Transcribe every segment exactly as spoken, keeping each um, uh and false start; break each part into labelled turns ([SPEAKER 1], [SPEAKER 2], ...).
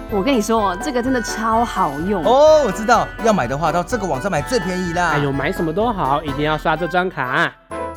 [SPEAKER 1] 我跟你说，这个真的超好用
[SPEAKER 2] 哦。我知道，要买的话到这个网站买最便宜啦。
[SPEAKER 3] 哎呦，买什么都好，一定要刷这张卡。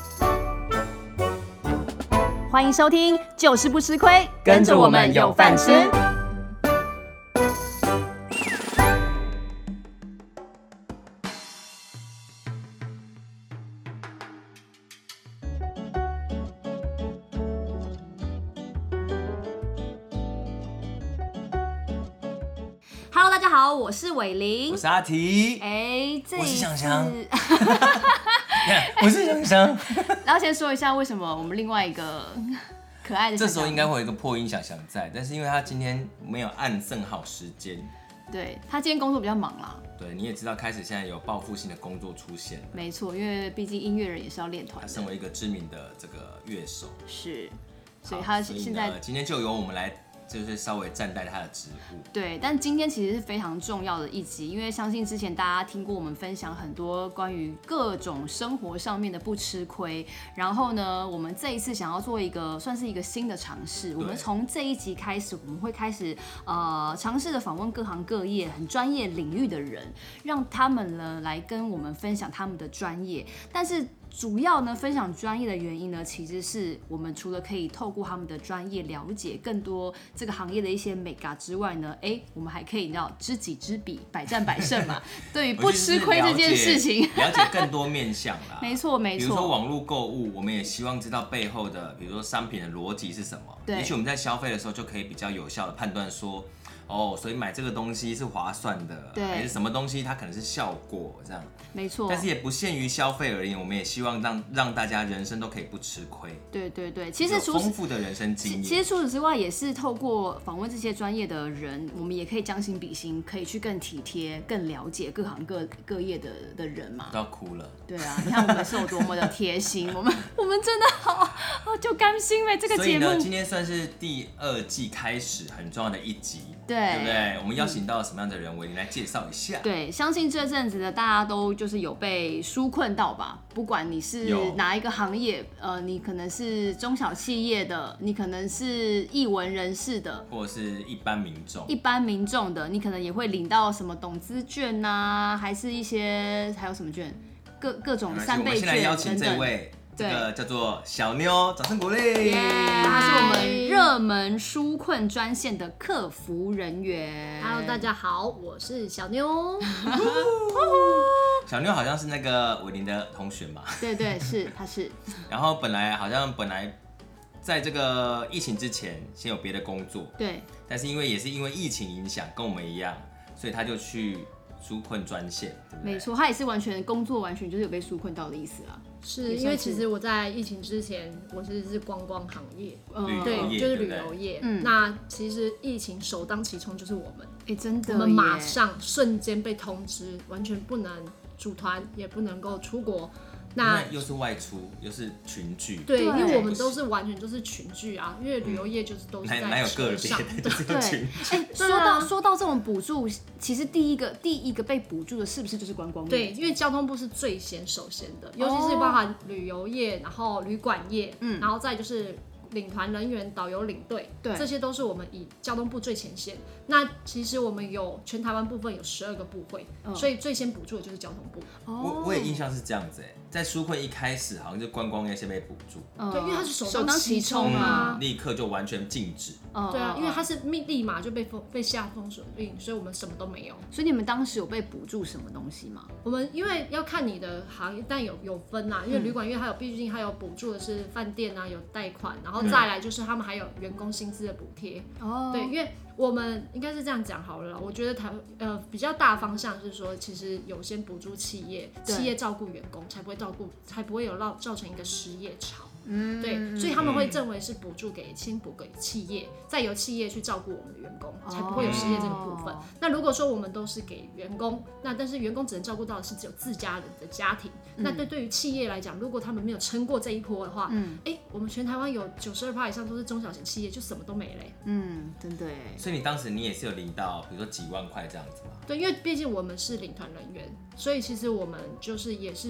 [SPEAKER 1] 欢迎收听，就是不吃亏，跟着我们有饭吃。Hello， 大家好，我是伟玲，
[SPEAKER 2] 我是阿提，
[SPEAKER 1] 哎，这一次
[SPEAKER 2] 我是想想，我是想想。
[SPEAKER 1] 然后先说一下为什么我们另外一个可爱的
[SPEAKER 2] 这时候应该会有一个破音想想在，但是因为他今天没有按正好时间，
[SPEAKER 1] 对他今天工作比较忙啦。
[SPEAKER 2] 对，你也知道，开始现在有报复性的工作出现了。
[SPEAKER 1] 没错，因为毕竟音乐人也是要练团的。
[SPEAKER 2] 他身为一个知名的这个乐手，
[SPEAKER 1] 是，所以他现在
[SPEAKER 2] 今天就由我们来。就是稍微站在他的职务，
[SPEAKER 1] 对，但今天其实是非常重要的一集，因为相信之前大家听过我们分享很多关于各种生活上面的不吃亏，然后呢，我们这一次想要做一个算是一个新的尝试，我们从这一集开始，我们会开始呃尝试的访问各行各业很专业领域的人，让他们呢来跟我们分享他们的专业，但是。主要呢，分享专业的原因呢，其实是我们除了可以透过他们的专业了解更多这个行业的一些美感之外呢，哎，我们还可以你知道知己知彼，百战百胜嘛。对于不吃亏这件事情，
[SPEAKER 2] 了解更多面向啦。
[SPEAKER 1] 没错没错。
[SPEAKER 2] 比如说网络购物，我们也希望知道背后的，比如说商品的逻辑是什么。对。也许我们在消费的时候就可以比较有效的判断说。哦，所以买这个东西是划算的，还是什么东西它可能是效果这样？
[SPEAKER 1] 没错。
[SPEAKER 2] 但是也不限于消费而已，我们也希望让让大家人生都可以不吃亏。
[SPEAKER 1] 对对对，其实
[SPEAKER 2] 丰富的人生经验。
[SPEAKER 1] 其实除此之外，也是透过访问这些专业的人，我们也可以将心比心，可以去更体贴、更了解各行各各业的的人嘛。
[SPEAKER 2] 都要哭了。
[SPEAKER 1] 对啊，你看我们是有多么的贴心，我们我们真的好就甘心为这个节目。
[SPEAKER 2] 所以呢，今天算是第二季开始很重要的一集。
[SPEAKER 1] 对，
[SPEAKER 2] 对不对？我们邀请到了什么样的人？我你来介绍一下。
[SPEAKER 1] 对，相信这阵子呢，大家都就是有被纾困到吧？不管你是哪一个行业，呃，你可能是中小企业的，你可能是艺文人士的，
[SPEAKER 2] 或者是一般民众，
[SPEAKER 1] 一般民众的，你可能也会领到什么董资券呐、啊，还是一些还有什么券，各各种三倍券等等。我们
[SPEAKER 2] 现在邀请这位。这个叫做小妞，掌声鼓励。
[SPEAKER 1] Yeah, 她是我们热门纾困专线的客服人员。
[SPEAKER 4] Hello， 大家好，我是小妞。
[SPEAKER 2] 小妞好像是那个伟林的同学嘛？
[SPEAKER 1] 对对，是，她是。
[SPEAKER 2] 然后本来好像本来在这个疫情之前，先有别的工作。
[SPEAKER 1] 对。
[SPEAKER 2] 但是因为也是因为疫情影响，跟我们一样，所以他就去纾困专线，对不对？
[SPEAKER 1] 没错，他也是完全工作，完全就是有被纾困到的意思啊。
[SPEAKER 4] 是因为其实我在疫情之前，我其实是观光行业，
[SPEAKER 2] 嗯、
[SPEAKER 4] 对，就是旅游业。嗯，那其实疫情首当其冲就是我们，
[SPEAKER 1] 哎、欸，真的，
[SPEAKER 4] 我们马上瞬间被通知，完全不能组团，也不能够出国。
[SPEAKER 2] 那又是外出，又是群聚，
[SPEAKER 4] 对，因为我们都是完全都是群聚啊，因为旅游业就是都是在车上，
[SPEAKER 1] 对对。哎，说到说到这种补助，其实第一个第一个被补助的是不是就是观光业？
[SPEAKER 4] 对，因为交通部是最先首先的，尤其是包含旅游业，然后旅馆业，嗯，然后再就是领团人员、导游领队，对，这些都是我们以交通部最前线。那其实我们有全台湾部分有十二个部会，嗯、所以最先补助的就是交通部。
[SPEAKER 2] 哦、我我也印象是这样子哎，在纾困一开始好像就观光业先被补助，
[SPEAKER 4] 嗯、对，因为它是首当其冲啊、
[SPEAKER 2] 嗯，立刻就完全禁止。
[SPEAKER 4] 嗯、对啊，因为它是立马就被封被下封锁令，所以我们什么都没有。
[SPEAKER 1] 所以你们当时有被补助什么东西吗？
[SPEAKER 4] 我们因为要看你的行业，但有有分啊，因为旅馆业它有，毕竟它有补助的是饭店啊，有贷款，然后再来就是他们还有员工薪资的补贴。哦、嗯，对，因为我们应该是这样讲好了啦，我觉得台呃比较大方向是说，其实有先补助企业，企业照顾员工，才不会照顾，才不会有造成一个失业潮。嗯，对，所以他们会认为是补助给先补给企业，再由企业去照顾我们的员工，才不会有失业这个部分。哦、那如果说我们都是给员工，那但是员工只能照顾到的是只有自家人的家庭，嗯、那对对于企业来讲，如果他们没有撑过这一波的话，嗯，哎，我们全台湾有九十二趴以上都是中小型企业，就什么都没嘞。
[SPEAKER 1] 嗯，真的哎。
[SPEAKER 2] 所以你当时你也是有领到，比如说几万块这样子吗？
[SPEAKER 4] 对，因为毕竟我们是领团人员，所以其实我们就是也是。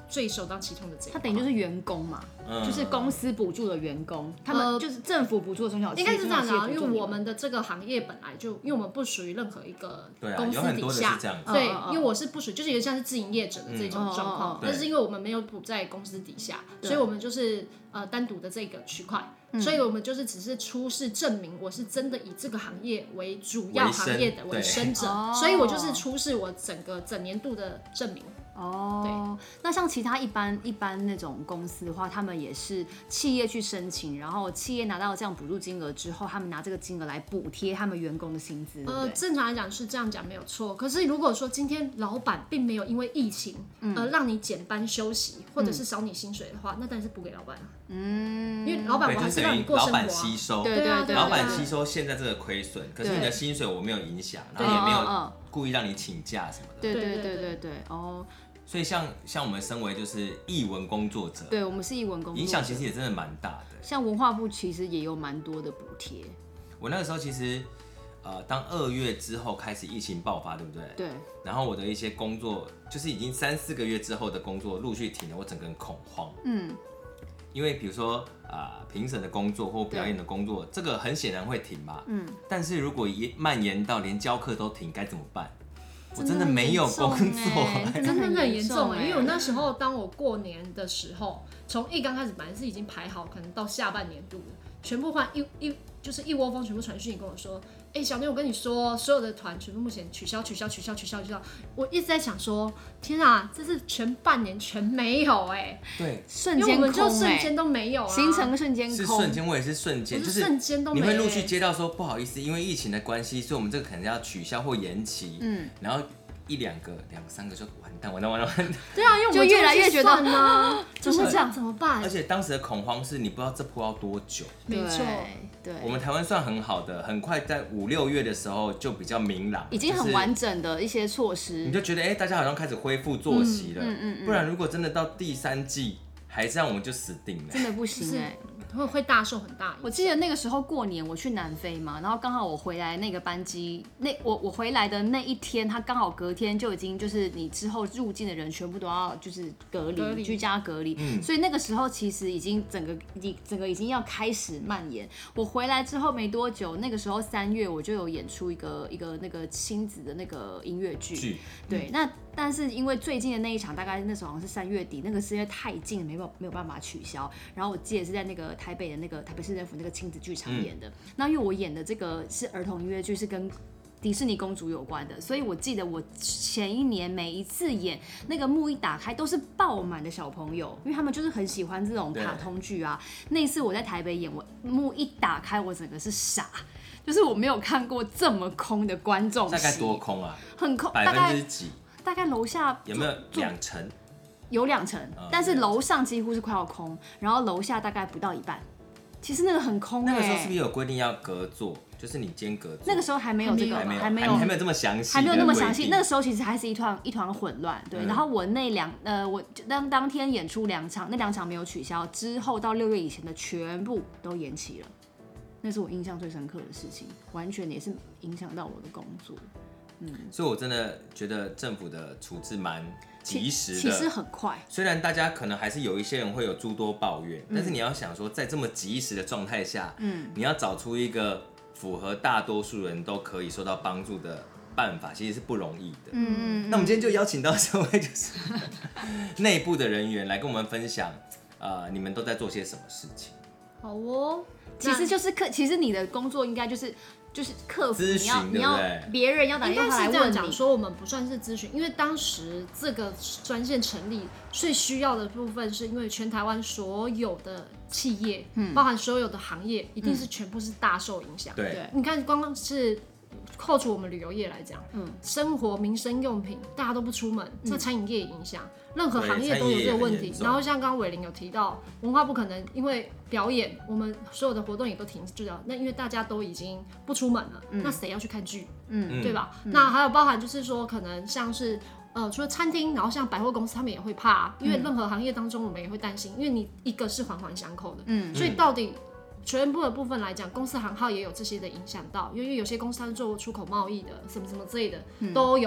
[SPEAKER 4] 最首当其冲的这一块。
[SPEAKER 1] 它等于就是员工嘛，嗯、就是公司补助的员工，他们就是政府补助的中小企业。
[SPEAKER 4] 应该是这样的、啊，因为我们的这个行业本来就，因为我们不属于任何一个公司底下，
[SPEAKER 2] 对、啊，
[SPEAKER 4] 对，因为我是不属于，就是有点像是自营业者的这种状况，嗯、但是因为我们没有补在公司底下，所以我们就是呃单独的这个区块。所以我们就是只是出示证明我是真的以这个行业为主要行业的为生者，所以我就是出示我整个整年度的证明。
[SPEAKER 1] 哦，对，那像其他一般一般那种公司的话，他们也是企业去申请，然后企业拿到这样补助金额之后，他们拿这个金额来补贴他们员工的薪资。
[SPEAKER 4] 呃，正常来讲是这样讲没有错。可是如果说今天老板并没有因为疫情而让你减班休息，嗯、或者是少你薪水的话，那当然是补给老板啊。嗯，因为老板我还是让你过生活、啊。
[SPEAKER 2] 老板吸收，
[SPEAKER 1] 对对对，
[SPEAKER 2] 老板吸收现在这个亏损，可是你的薪水我没有影响，然后也没有故意让你请假什么的。
[SPEAKER 1] 对对对对对，哦。
[SPEAKER 2] 所以像像我们身为就是艺文工作者，
[SPEAKER 1] 对我们是艺文工作者，
[SPEAKER 2] 影响其实也真的蛮大的。
[SPEAKER 1] 像文化部其实也有蛮多的补贴。
[SPEAKER 2] 我那个时候其实，呃，当二月之后开始疫情爆发，对不对？
[SPEAKER 1] 对。
[SPEAKER 2] 然后我的一些工作，就是已经三四个月之后的工作陆续停了，我整个人恐慌。嗯。因为比如说啊，评、呃、审的工作或表演的工作，这个很显然会停嘛。嗯。但是如果蔓延到连教课都停，该怎么办？我真的没有工作、欸，
[SPEAKER 4] 真的很严重哎、欸！因为我那时候，当我过年的时候，从一刚开始本来是已经排好，可能到下半年度了，全部换一一就是一窝蜂，全部传讯跟我说，哎、欸，小妞，我跟你说，所有的团全部目前取消、取消、取消、取消、取消。我一直在想说，天啊，这是全半年全没有哎、欸，
[SPEAKER 2] 对，
[SPEAKER 1] 瞬间空、欸，因为我们
[SPEAKER 4] 就瞬间都没有啊，
[SPEAKER 1] 行程瞬间空，
[SPEAKER 2] 是瞬间，我也是瞬间，
[SPEAKER 4] 就是瞬间都没、
[SPEAKER 2] 欸。你会陆续接到说，不好意思，因为疫情的关系，所以我们这个可能要取消或延期，嗯，然后。一两个、两三个就完蛋，完蛋，完蛋，完蛋。
[SPEAKER 4] 对啊，因为我们
[SPEAKER 1] 就越来越觉得
[SPEAKER 4] 呢，就是这样，怎么办？
[SPEAKER 2] 而且当时的恐慌是你不知道这波要多久。
[SPEAKER 4] 没错，
[SPEAKER 1] 对。
[SPEAKER 2] 我们台湾算很好的，很快在五六月的时候就比较明朗，
[SPEAKER 1] 已经很完整的一些措施，
[SPEAKER 2] 你就觉得哎、欸，大家好像开始恢复作息了。嗯嗯嗯嗯、不然如果真的到第三季还这样，我们就死定了。
[SPEAKER 1] 真的不行哎、欸。
[SPEAKER 4] 会会大受很大影响。
[SPEAKER 1] 我记得那个时候过年我去南非嘛，然后刚好我回来那个班机，那我我回来的那一天，他刚好隔天就已经就是你之后入境的人全部都要就是隔离居家隔离、嗯，所以那个时候其实已经整个整个已经要开始蔓延。我回来之后没多久，那个时候三月我就有演出一个一个那个亲子的那个音乐剧，对，嗯、那但是因为最近的那一场大概那时候好像是三月底，那个是因为太近没有没有办法取消，然后我记得是在那个台北的那个台北市政府那个亲子剧场演的、嗯。那因为我演的这个是儿童音乐剧，是跟迪士尼公主有关的，所以我记得我前一年每一次演那个幕一打开都是爆满的小朋友，因为他们就是很喜欢这种卡通剧啊。那一次我在台北演，我幕一打开，我整个是傻，就是我没有看过这么空的观众席。
[SPEAKER 2] 大概多空啊？
[SPEAKER 1] 很空，
[SPEAKER 2] 百分之几？
[SPEAKER 1] 大概楼下
[SPEAKER 2] 有没有两成？
[SPEAKER 1] 有两成，但是楼上几乎是快要空，然后楼下大概不到一半。其实那个很空、欸。
[SPEAKER 2] 那个时候是不是有规定要隔座？就是你间隔座。
[SPEAKER 1] 那个时候还没有这个，
[SPEAKER 2] 还没有，
[SPEAKER 1] 还没有，
[SPEAKER 2] 还没有这么详细，
[SPEAKER 1] 还没有那么详细。那个时候其实还是一团一团混乱，对。
[SPEAKER 2] 嗯、
[SPEAKER 1] 然后我那两呃，我当当天演出两场，那两场没有取消，之后到六月以前的全部都延期了。那是我印象最深刻的事情，完全也是影响到我的工作。嗯，
[SPEAKER 2] 所以我真的觉得政府的处置蛮及时的，
[SPEAKER 1] 其实很快。
[SPEAKER 2] 虽然大家可能还是有一些人会有诸多抱怨，嗯、但是你要想说，在这么及时的状态下，嗯，你要找出一个符合大多数人都可以受到帮助的办法，其实是不容易的。嗯，那我们今天就邀请到这位就是内部的人员来跟我们分享，呃，你们都在做些什么事情？
[SPEAKER 4] 好哦，
[SPEAKER 1] 其实就是客，其实你的工作应该就是。就是客服，你要你要别人要打电话来问你，
[SPEAKER 4] 说我们不算是咨询，因为当时这个专线成立最需要的部分，是因为全台湾所有的企业，嗯、包含所有的行业，一定是全部是大受影响。
[SPEAKER 2] 对、嗯，
[SPEAKER 4] 你看，光光是扣除我们旅游业来讲，嗯，生活民生用品大家都不出门，这餐饮业也影响，任何行业都有这个问题。然后像刚刚伟玲有提到，文化部可能因为表演，我们所有的活动也都停滞了。那因为大家都已经不出门了，嗯、那谁要去看剧？嗯，对吧？嗯、那还有包含就是说，可能像是呃，除了餐厅，然后像百货公司，他们也会怕，因为任何行业当中，我们也会担心，因为你一个是环环相扣的。嗯，所以到底全部的部分来讲，公司行号也有这些的影响到，因为有些公司它是做出口贸易的，什么什么之类的、嗯、都有。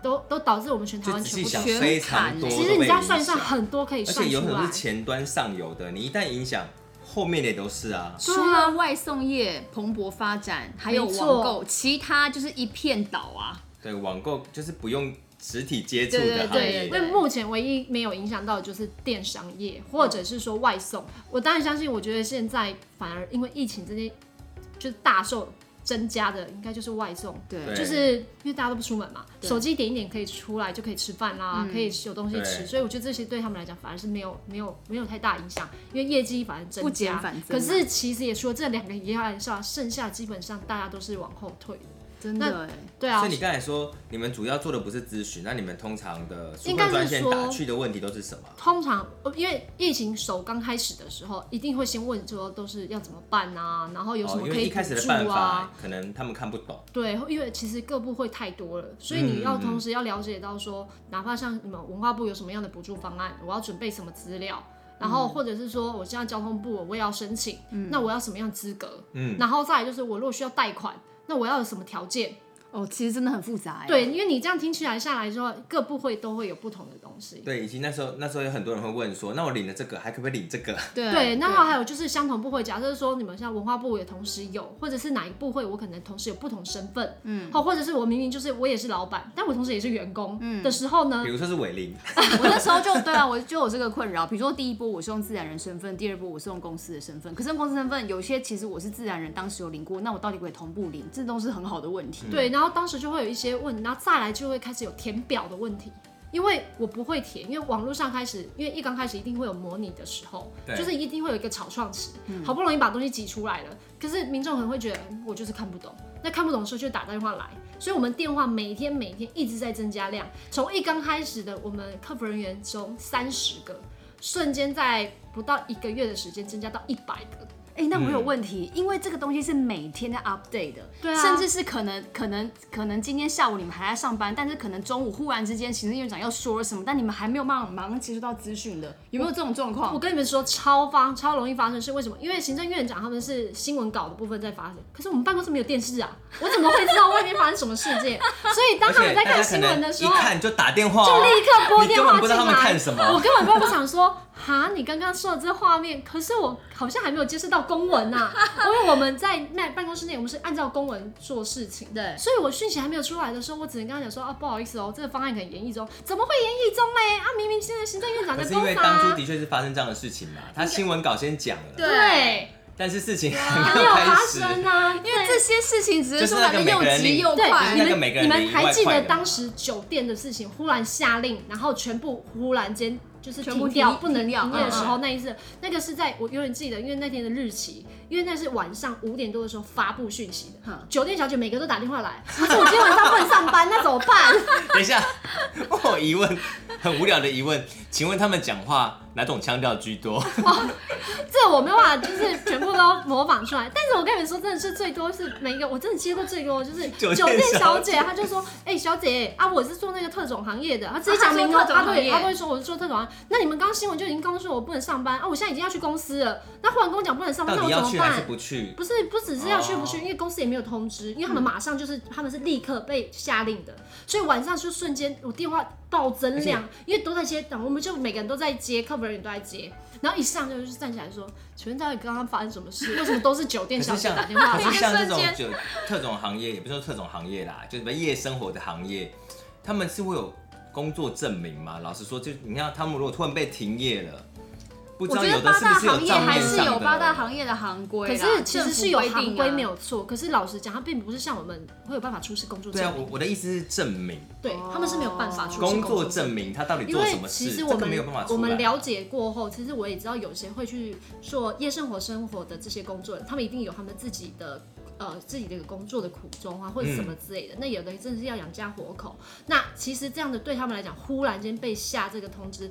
[SPEAKER 4] 都都导致我们全台湾全部
[SPEAKER 2] 全非常多，
[SPEAKER 4] 其实你这样算一算，很多可以算出来，
[SPEAKER 2] 而且有很多是前端上游的，你一旦影响，后面的也都是啊。
[SPEAKER 1] 除了外送业蓬勃发展，还有网购，其他就是一片倒啊。
[SPEAKER 2] 对，网购就是不用实体接触的行业。
[SPEAKER 4] 因为目前唯一没有影响到的就是电商业，或者是说外送。我当然相信，我觉得现在反而因为疫情这些就是大受增加的应该就是外送，对，就是因为大家都不出门嘛，手机点一点可以出来就可以吃饭啦，嗯、可以有东西吃，所以我觉得这些对他们来讲反而是没有没有没有太大影响，因为业绩反而增加，可是其实也说这两个遗憾上，剩下基本上大家都是往后退的。
[SPEAKER 1] 真的
[SPEAKER 4] 对啊，
[SPEAKER 2] 所以你刚才说你们主要做的不是咨询，那你们通常的纾困专线打去的问题都是什么？
[SPEAKER 4] 通常因为疫情首刚开始的时候，一定会先问说都是要怎么办啊，然后有什么可以补助啊？哦、因为一开始的办法
[SPEAKER 2] 可能他们看不懂。
[SPEAKER 4] 对，因为其实各部会太多了，所以你要同时要了解到说，嗯、哪怕像你们文化部有什么样的补助方案，我要准备什么资料。然后或者是说，我现在交通部我也要申请，嗯、那我要什么样的资格？嗯，然后再来就是我如果需要贷款，那我要有什么条件？
[SPEAKER 1] 哦，其实真的很复杂。
[SPEAKER 4] 对，因为你这样听起来下来之后，各部会都会有不同的东西。
[SPEAKER 2] 对，以及那时候那时候有很多人会问说，那我领了这个，还可不可以领这个？
[SPEAKER 4] 对，对，然后还有就是相同部会，假设说你们像文化部也同时有，或者是哪一个部会我可能同时有不同身份，嗯，好，或者是我明明就是我也是老板，但我同时也是员工的时候呢，
[SPEAKER 2] 比如说是伟林，
[SPEAKER 1] 我那时候就对啊，我就有这个困扰。比如说第一波我是用自然人身份，第二波我是用公司的身份，可是用公司身份有些其实我是自然人，当时有领过，那我到底可不可以同步领？这都是很好的问题。
[SPEAKER 4] 嗯、对，然后当时就会有一些。问题，然后再来就会开始有填表的问题，因为我不会填，因为网络上开始，因为一刚开始一定会有模拟的时候，就是一定会有一个草创期，嗯、好不容易把东西挤出来了，可是民众可能会觉得我就是看不懂，那看不懂的时候就打电话来，所以我们电话每天每天一直在增加量，从一刚开始的我们客服人员中三十个，瞬间在不到一个月的时间增加到一百个。
[SPEAKER 1] 哎、欸，那我有问题，嗯、因为这个东西是每天在 update 的，
[SPEAKER 4] 对啊，
[SPEAKER 1] 甚至是可能可能可能今天下午你们还在上班，但是可能中午忽然之间行政院长要说了什么，但你们还没有办法马上接触到资讯的，有没有这种状况？
[SPEAKER 4] 我跟你们说，超发超容易发生，是为什么？因为行政院长他们是新闻稿的部分在发生，可是我们办公室没有电视啊，我怎么会知道外面发生什么事件？所以当他们在看新闻的时候，
[SPEAKER 2] 一看就打电话，
[SPEAKER 4] 就立刻拨电话进来，
[SPEAKER 2] 你根本不知道他们看什么。
[SPEAKER 4] 我根本不想说，哈，你刚刚说的这个画面，可是我好像还没有接触到公文呐、啊。因为我们在那办公室内，我们是按照公文做事情，对，所以我讯息还没有出来的时候，我只能跟他讲说啊，不好意思哦，这个方案可能研议中，怎么会研议中嘞？啊，明明现在行政院长在公发。
[SPEAKER 2] 可是因为当初的确是发生这样的事情嘛，他新闻稿先讲了，
[SPEAKER 4] 对，
[SPEAKER 2] 但是事情还没有
[SPEAKER 4] 发生啊，
[SPEAKER 1] 因为这些事情只是说
[SPEAKER 2] 来
[SPEAKER 1] 的又急又快。
[SPEAKER 2] 你们
[SPEAKER 4] 你们还记得当时酒店的事情，忽然下令，然后全部忽然间。就是停掉不能营业的时候，那一次，那个是在我永远记得，因为那天的日期，因为那是晚上五点多的时候发布讯息的，酒店小姐每个都打电话来，可是我今天晚上不能上班，那怎么办？
[SPEAKER 2] 等一下，我有疑问，很无聊的疑问，请问他们讲话哪种腔调居多？
[SPEAKER 4] 哦，这我没有办法，就是全部都模仿出来。但是我跟你们说，真的是最多是每一个，我真的接过最多就是酒店小姐，她就说，哎、欸，小姐啊，我是做那个特种行业的，她直接讲明了，她会她会说我是做特种行业。那你们刚刚新闻就已经告诉我不能上班啊，我现在已经要去公司了。那忽然跟我讲不能上班，那我怎么办？
[SPEAKER 2] 到底要去还是不去？
[SPEAKER 4] 不是，不只是要去不去，因为公司也没有通知，因为他们马上就是他们是立刻被下令的，所以晚上就瞬间我电话暴增量，因为都在接，我们就每个人都在接，客服人员都在接，然后一上就就是站起来说，请问到底刚刚发生什么事？为什么都是酒店小姐打电话？
[SPEAKER 2] 可是像这种酒特种行业，也不是说特种行业啦，就是夜生活的行业，他们是会有工作证明吗？老实说，就你看他们如果突然被停业了，不知道有的是不是有账面上的。
[SPEAKER 1] 还是有八大行业的行规，
[SPEAKER 4] 可是其实是有行规没有错。可是老实讲，它并不是像我们会有办法出示工作证明。
[SPEAKER 2] 对啊，我我的意思是证明，
[SPEAKER 4] 对他们是没有办法出示
[SPEAKER 2] 工作证明，他到底做什么事，
[SPEAKER 4] 因为其实我们、
[SPEAKER 2] 这个没有办法出来。
[SPEAKER 4] 我们了解过后，其实我也知道有些会去做夜生活生活的这些工作人，他们一定有他们自己的。呃，自己的工作的苦衷啊，或者什么之类的，嗯、那有的真的是要养家活口。那其实这样的对他们来讲，忽然间被下这个通知，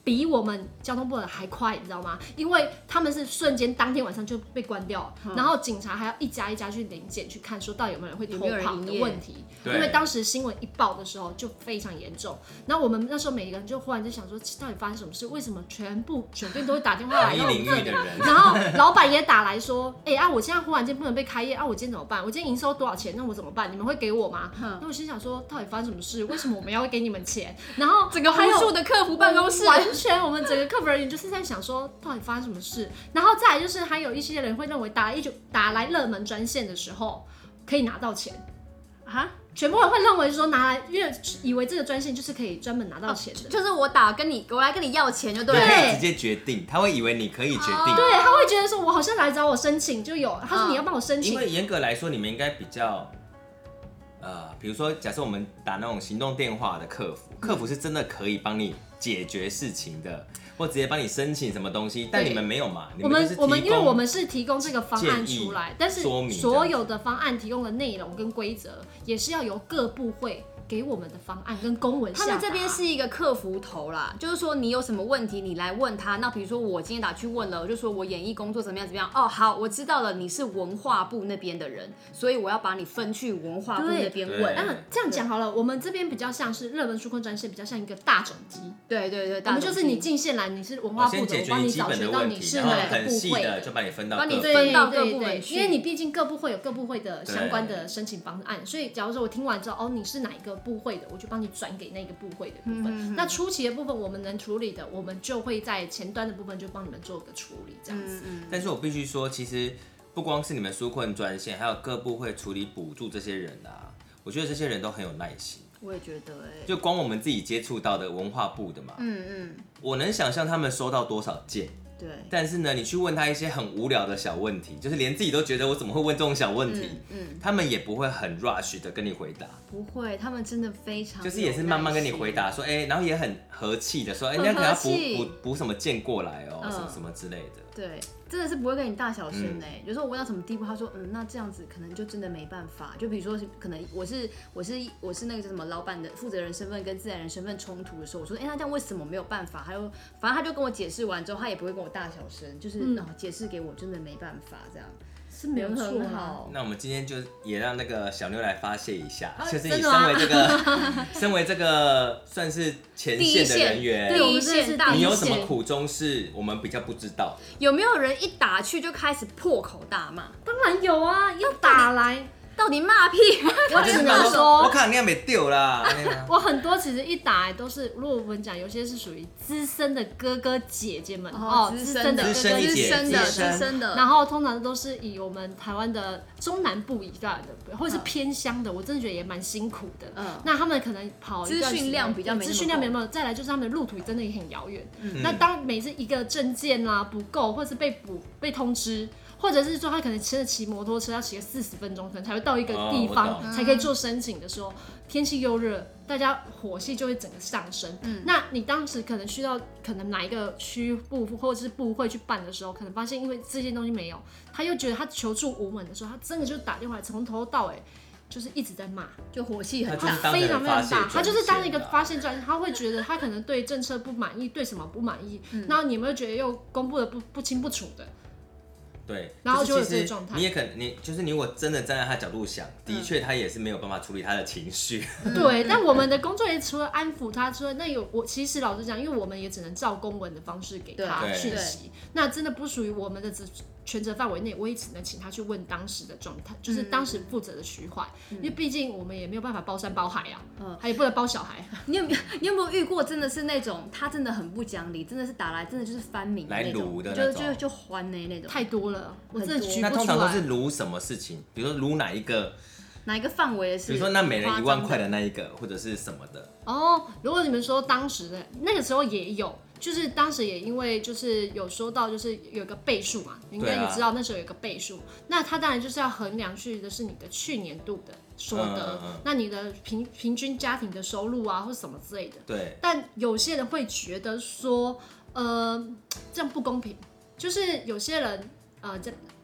[SPEAKER 4] 比我们交通部的还快，你知道吗？因为他们是瞬间当天晚上就被关掉，嗯、然后警察还要一家一家去临检去看，说到底有没有人会偷跑的问题。因为当时新闻一报的时候就非常严重，然后我们那时候每个人就忽然就想说，到底发生什么事？为什么全部酒店都会打电话来？
[SPEAKER 2] 领域的人，
[SPEAKER 4] 然后老板也打来说，哎、欸、啊，我现在忽然间不能被开业啊，我今天怎么办？我今天营收多少钱？那我怎么办？你们会给我吗？那我心想说，到底发生什么事？为什么我们要给你们钱？然后
[SPEAKER 1] 整个无数的客服办公室，
[SPEAKER 4] 完全我们整个客服人员就是在想说，到底发生什么事？然后再来就是还有一些人会认为打来一九打来热门专线的时候可以拿到钱啊。全部人会认为说拿来，因为以为这个专线就是可以专门拿到钱的、
[SPEAKER 1] 哦，就是我打跟你，我来跟你要钱就对了，
[SPEAKER 2] 对，可以直接决定，他会以为你可以决定，哦、
[SPEAKER 4] 对，他会觉得说我好像来找我申请就有，他说你要帮我申请，
[SPEAKER 2] 因为严格来说你们应该比较，呃，比如说假设我们打那种行动电话的客服，客服是真的可以帮你解决事情的。或直接帮你申请什么东西，但你们没有嘛？
[SPEAKER 4] 我们我们因为我们是提供这个方案出来，但是所有的方案提供的内容跟规则也是要由各部会给我们的方案跟公文下达。
[SPEAKER 1] 他们这边是一个客服头啦，就是说你有什么问题你来问他。那比如说我今天打去问了，我就说我演艺工作怎么样怎么样。哦，好，我知道了，你是文化部那边的人，所以我要把你分去文化部那边问。
[SPEAKER 4] 嗯，这样讲好了，我们这边比较像是热门纾困专线，比较像一个大总机。
[SPEAKER 1] 对对对，
[SPEAKER 4] 我们就是你进线来，你是文化部的，我帮你找寻到你是哪个部会
[SPEAKER 2] 的，就把你分到
[SPEAKER 1] 帮你分到各部门去。
[SPEAKER 4] 因为你毕竟各部会有各部会的相关的申请方案，所以假如说我听完之后，哦，你是哪一个部会的，我就帮你转给那个部会的部分。嗯、那初期的部分我们能处理的，我们就会在前端的部分就帮你们做个处理，这样子。
[SPEAKER 2] 嗯、但是我必须说，其实不光是你们纾困专线，还有各部会处理补助这些人啊，我觉得这些人都很有耐心。
[SPEAKER 1] 我也觉得、欸，
[SPEAKER 2] 就光我们自己接触到的文化部的嘛，嗯嗯，我能想象他们收到多少件。
[SPEAKER 1] 对，
[SPEAKER 2] 但是呢，你去问他一些很无聊的小问题，就是连自己都觉得我怎么会问这种小问题，嗯，嗯他们也不会很 rush 的跟你回答，
[SPEAKER 1] 不会，他们真的非常
[SPEAKER 2] 就是也是慢慢跟你回答说，哎、欸，然后也很和气的说，哎、欸，你可能要补补补什么件过来哦、喔嗯，什么什么之类的，
[SPEAKER 1] 对，真的是不会跟你大小声哎、欸，有时候我问到什么地步，他说，嗯，那这样子可能就真的没办法，就比如说可能我是我是我是那个什么老板的负责人身份跟自然人身份冲突的时候，我说，哎、欸，那这样为什么没有办法？还有，反正他就跟我解释完之后，他也不会跟我大小声，就。就是哦，解释给我真的没办法，这样
[SPEAKER 4] 是没有错
[SPEAKER 1] 好。
[SPEAKER 2] 那我们今天就也让那个小妞来发泄一下，啊、就是你身为这个，身为这个算是前线的人员，
[SPEAKER 1] 第一线，
[SPEAKER 2] 你有什么苦衷是我们比较不知道？
[SPEAKER 1] 有没有人一打去就开始破口大骂？
[SPEAKER 4] 当然有啊，要打来。
[SPEAKER 1] 到底骂屁？
[SPEAKER 4] 我只能说，
[SPEAKER 2] 我看你也没丢啦。
[SPEAKER 4] 我很多其实一打来都是，如果我们讲，有些是属于资深的哥哥姐姐们
[SPEAKER 1] 哦，资深的、
[SPEAKER 2] 资深的、
[SPEAKER 1] 资深的，
[SPEAKER 4] 然后通常都是以我们台湾的中南部以外的，或者是偏乡的，我真的觉得也蛮辛苦的。嗯，那他们可能跑
[SPEAKER 1] 资讯量比较没，
[SPEAKER 4] 资讯量没有，再来就是他们的路途真的也很遥远。嗯，那当每次一个证件啦不够，或是被补被通知。或者是说他可能骑着骑摩托车要骑个四十分钟，可能才会到一个地方、哦、才可以做申请的时候，天气又热，大家火气就会整个上升。嗯，那你当时可能需要可能哪一个区部或者是部会去办的时候，可能发现因为这些东西没有，他又觉得他求助无门的时候，他真的就打电话来，从头到尾就是一直在骂，
[SPEAKER 1] 就火气很大，
[SPEAKER 4] 非常非常大。他就是当一个发现专，他会觉得他可能对政策不满意，对什么不满意，嗯、然后你有没有觉得又公布的不不清不楚的？
[SPEAKER 2] 对，
[SPEAKER 4] 然后就有
[SPEAKER 2] 这
[SPEAKER 4] 个状态。
[SPEAKER 2] 你也可能，你就是你如果真的站在他角度想，的确他也是没有办法处理他的情绪。
[SPEAKER 4] 嗯、对，但我们的工作也除了安抚他，除了那有我其实老实讲，因为我们也只能照公文的方式给他讯息，那真的不属于我们的权责范围内，我也只能请他去问当时的状态，就是当时负责的区块、嗯，因为毕竟我们也没有办法包山包海啊，嗯，还也不能包小孩。
[SPEAKER 1] 你有没有你有没有遇过真的是那种他真的很不讲理，真的是打来真的就是翻名的那种，
[SPEAKER 2] 的那
[SPEAKER 1] 种就就就还呢那种，
[SPEAKER 4] 太多了，我真的举不出来。
[SPEAKER 2] 那通常都是撸什么事情？比如说撸哪一个？
[SPEAKER 1] 哪一个范围的事？
[SPEAKER 2] 比如说那每人一万块的那一个，或者是什么的？
[SPEAKER 4] 哦，如果你们说当时的那个时候也有。就是当时也因为就是有说到就是有个倍数嘛，你应该也知道那时候有个倍数、啊，那它当然就是要衡量去的是你的去年度的所得，嗯嗯嗯那你的平平均家庭的收入啊或什么之类的。
[SPEAKER 2] 对。
[SPEAKER 4] 但有些人会觉得说，呃，这样不公平，就是有些人呃这。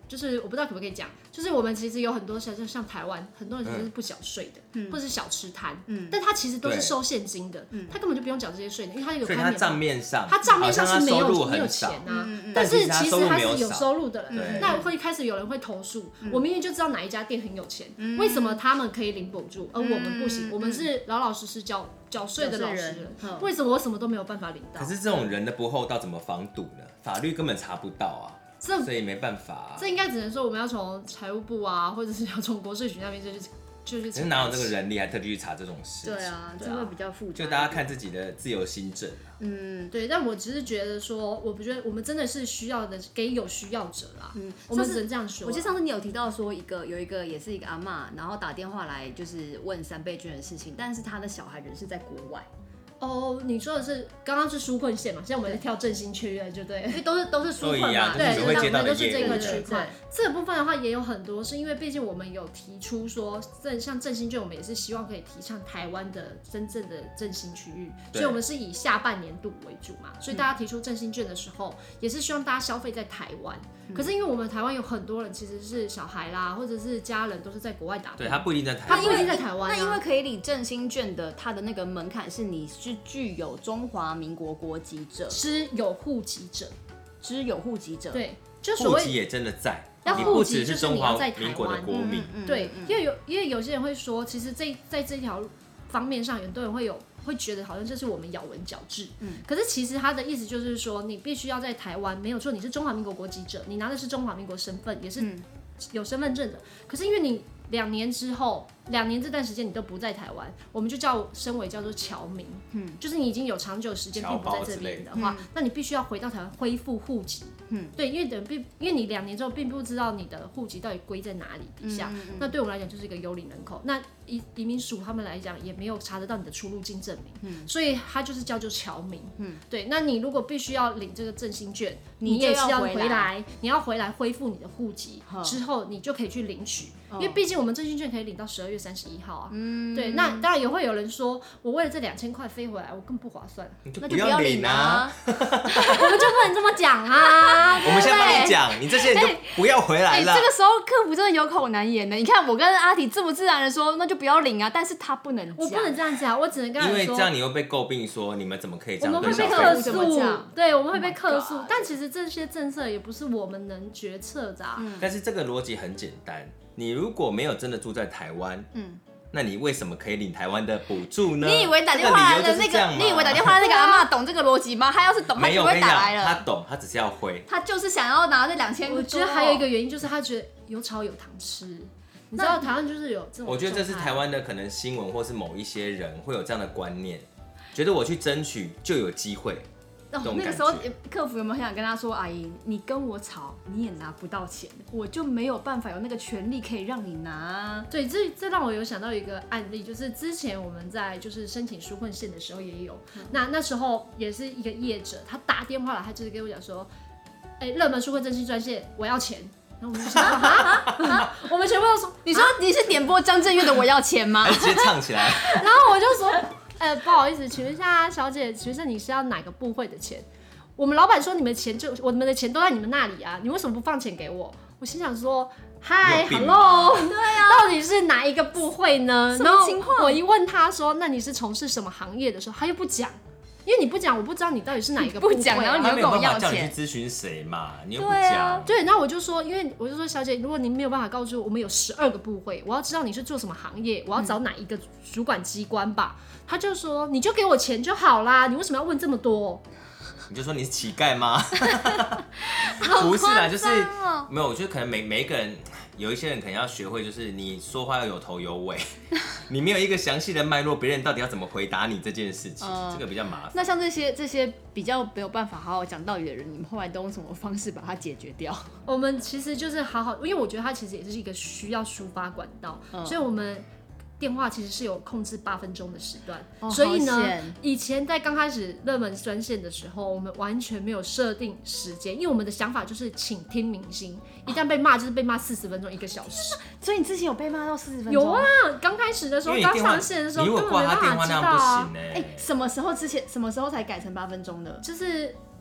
[SPEAKER 4] 就是我不知道可不可以讲，就是我们其实有很多像像台湾，很多人其实是不缴税的，嗯、或者是小吃摊，嗯、但他其实都是收现金的，嗯、他根本就不用缴这些税的，因为他有开免。
[SPEAKER 2] 所以他账面上，
[SPEAKER 4] 他账面上是没有没有钱啊，
[SPEAKER 2] 嗯嗯、
[SPEAKER 4] 但是其实他
[SPEAKER 2] 是
[SPEAKER 4] 有收入的人，
[SPEAKER 2] 嗯、
[SPEAKER 4] 那会开始有人会投诉，嗯、我明明就知道哪一家店很有钱，嗯、为什么他们可以领补助，而我们不行？嗯、我们是老老实实缴缴税的老实人，为什么我什么都没有办法领到？
[SPEAKER 2] 可是这种人的不厚道怎么防堵呢？法律根本查不到啊。所以没办法、啊，
[SPEAKER 4] 这应该只能说我们要从财务部啊，或者是要从国税局那边就去就去。
[SPEAKER 2] 可是哪有这个人力还特地去查这种事情？
[SPEAKER 1] 对啊，这会比较复杂。
[SPEAKER 2] 就大家看自己的自由心证、啊。
[SPEAKER 4] 嗯，对，但我只是觉得说，我不觉得我们真的是需要的，给有需要者啦。嗯，我们只能这样说。
[SPEAKER 1] 我记得上次你有提到说，一个有一个也是一个阿嬷，然后打电话来就是问三倍券的事情，但是他的小孩人是在国外。
[SPEAKER 4] 哦，你说的是刚刚是纾困线嘛？现在我们在跳振兴缺院，就对，
[SPEAKER 1] 因为都是都是纾困嘛，
[SPEAKER 2] 对，
[SPEAKER 4] 对，
[SPEAKER 2] 会
[SPEAKER 4] 都是这个区块。这个部分的话也有很多，是因为毕竟我们有提出说，正像振兴券，我们也是希望可以提倡台湾的真正的振兴区域，所以我们是以下半年度为主嘛。所以大家提出振兴券的时候，也是希望大家消费在台湾。可是因为我们台湾有很多人其实是小孩啦，或者是家人都是在国外打工，
[SPEAKER 2] 对他不一定在台湾，
[SPEAKER 4] 他不一定在台湾、啊。
[SPEAKER 1] 那因为可以领振兴券的，它的那个门槛是你是具有中华民国国籍者，
[SPEAKER 4] 是有户籍者，
[SPEAKER 1] 只有户籍者，
[SPEAKER 4] 对，就所谓
[SPEAKER 2] 户籍也真的在，
[SPEAKER 4] 要户籍就是你要在台
[SPEAKER 2] 民国的国民，
[SPEAKER 4] 嗯嗯、对，因为有因为有些人会说，其实这在这条方面上，很多人会有。会觉得好像这是我们咬文嚼字，嗯，可是其实他的意思就是说，你必须要在台湾，没有错，你是中华民国国籍者，你拿的是中华民国身份，也是有身份证的。可是因为你两年之后，两年这段时间你都不在台湾，我们就叫身为叫做侨民，嗯，就是你已经有长久时间并不在这边的话，那你必须要回到台湾恢复户籍，嗯，对，因为等并因为你两年之后并不知道你的户籍到底归在哪里底下，嗯嗯嗯、那对我们来讲就是一个幽灵人口。那移移民署他们来讲也没有查得到你的出入境证明，嗯，所以他就是叫做侨民，嗯，对。那你如果必须要领这个振兴券，你也是要回来，回来你要回来恢复你的户籍之后，你就可以去领取。因为毕竟我们振兴券可以领到十二月三十一号啊，嗯，对，那当然也会有人说，我为了这两千块飞回来，我更不划算，
[SPEAKER 2] 那就不要领啊，
[SPEAKER 4] 我们就不能这么讲啊。
[SPEAKER 2] 我们现在帮你讲，你这些人就不要回来了。
[SPEAKER 1] 欸欸、这个时候客服真的有口难言的。你看我跟阿提自不自然的说，那就不要领啊，但是他不能讲，
[SPEAKER 4] 我不能这样讲，我只能跟他说，
[SPEAKER 2] 因为这样你又被诟病说你们怎么可以这样
[SPEAKER 4] 对消费者，我们会被客诉，对，我们会被客诉， oh、但其实这些政策也不是我们能决策的、啊
[SPEAKER 2] 嗯。但是这个逻辑很简单。你如果没有真的住在台湾，嗯，那你为什么可以领台湾的补助呢？
[SPEAKER 1] 你以为打电话来的那个，你以为打电话来那个阿嬷懂这个逻辑吗？他要是懂，他就不会打来了。
[SPEAKER 2] 他懂，他只是要回。
[SPEAKER 1] 他就是想要拿这两千。
[SPEAKER 4] 我觉得还有一个原因就是他觉得有炒有糖吃。你知道台湾就是有这种。
[SPEAKER 2] 我觉得这是台湾的可能新闻或是某一些人会有这样的观念，觉得我去争取就有机会。
[SPEAKER 1] 哦、那个时候客服有没有很想跟他说，阿姨，你跟我吵，你也拿不到钱，我就没有办法有那个权利可以让你拿。
[SPEAKER 4] 对，这这让我有想到一个案例，就是之前我们在就是申请纾困线的时候也有，嗯、那那时候也是一个业者，他打电话来，他就是跟我讲说，哎、欸，热门纾困振兴专线，我要钱。然后我们就想啊，我们全部都说，
[SPEAKER 1] 你说你是点播张震岳的我要钱吗？
[SPEAKER 2] 还直接唱起来。
[SPEAKER 4] 然后我就说。呃，不好意思，请问一下小姐，请问一下你是要哪个部会的钱？我们老板说你们钱就我们的钱都在你们那里啊，你为什么不放钱给我？我心想说，嗨 ，hello，
[SPEAKER 1] 对啊，
[SPEAKER 4] 到底是哪一个部会呢？
[SPEAKER 1] 什么情况？
[SPEAKER 4] 我一问他说，那你是从事什么行业的时候，他又不讲。因为你不讲，我不知道你到底是哪一个部会、啊，
[SPEAKER 1] 不讲，然后你又跟我要钱，
[SPEAKER 2] 叫你去咨询谁嘛？你又不讲。
[SPEAKER 4] 对，然后我就说，因为我就说，小姐，如果您没有办法告诉我，我们有十二个部会，我要知道你是做什么行业，我要找哪一个主管机关吧。嗯、他就说，你就给我钱就好啦，你为什么要问这么多？
[SPEAKER 2] 你就说你是乞丐吗？不是啦，就是没有，我觉得可能每每一个人。有一些人可能要学会，就是你说话要有头有尾，你没有一个详细的脉络，别人到底要怎么回答你这件事情，呃、这个比较麻烦。
[SPEAKER 1] 那像这些这些比较没有办法好好讲道理的人，你们后来都用什么方式把它解决掉？
[SPEAKER 4] 我们其实就是好好，因为我觉得它其实也是一个需要抒发管道，嗯、所以我们。电话其实是有控制八分钟的时段，哦、所以呢，以前在刚开始热门专线的时候，我们完全没有设定时间，因为我们的想法就是请听明星，一旦被骂就是被骂四十分钟、一个小时。
[SPEAKER 1] 所以你之前有被骂到四十分钟？
[SPEAKER 4] 有啊，刚开始的时候，刚上线的时候，根本没办法知道啊。
[SPEAKER 2] 哎、
[SPEAKER 1] 欸，什么时候之前，什么时候才改成八分钟的？
[SPEAKER 4] 就是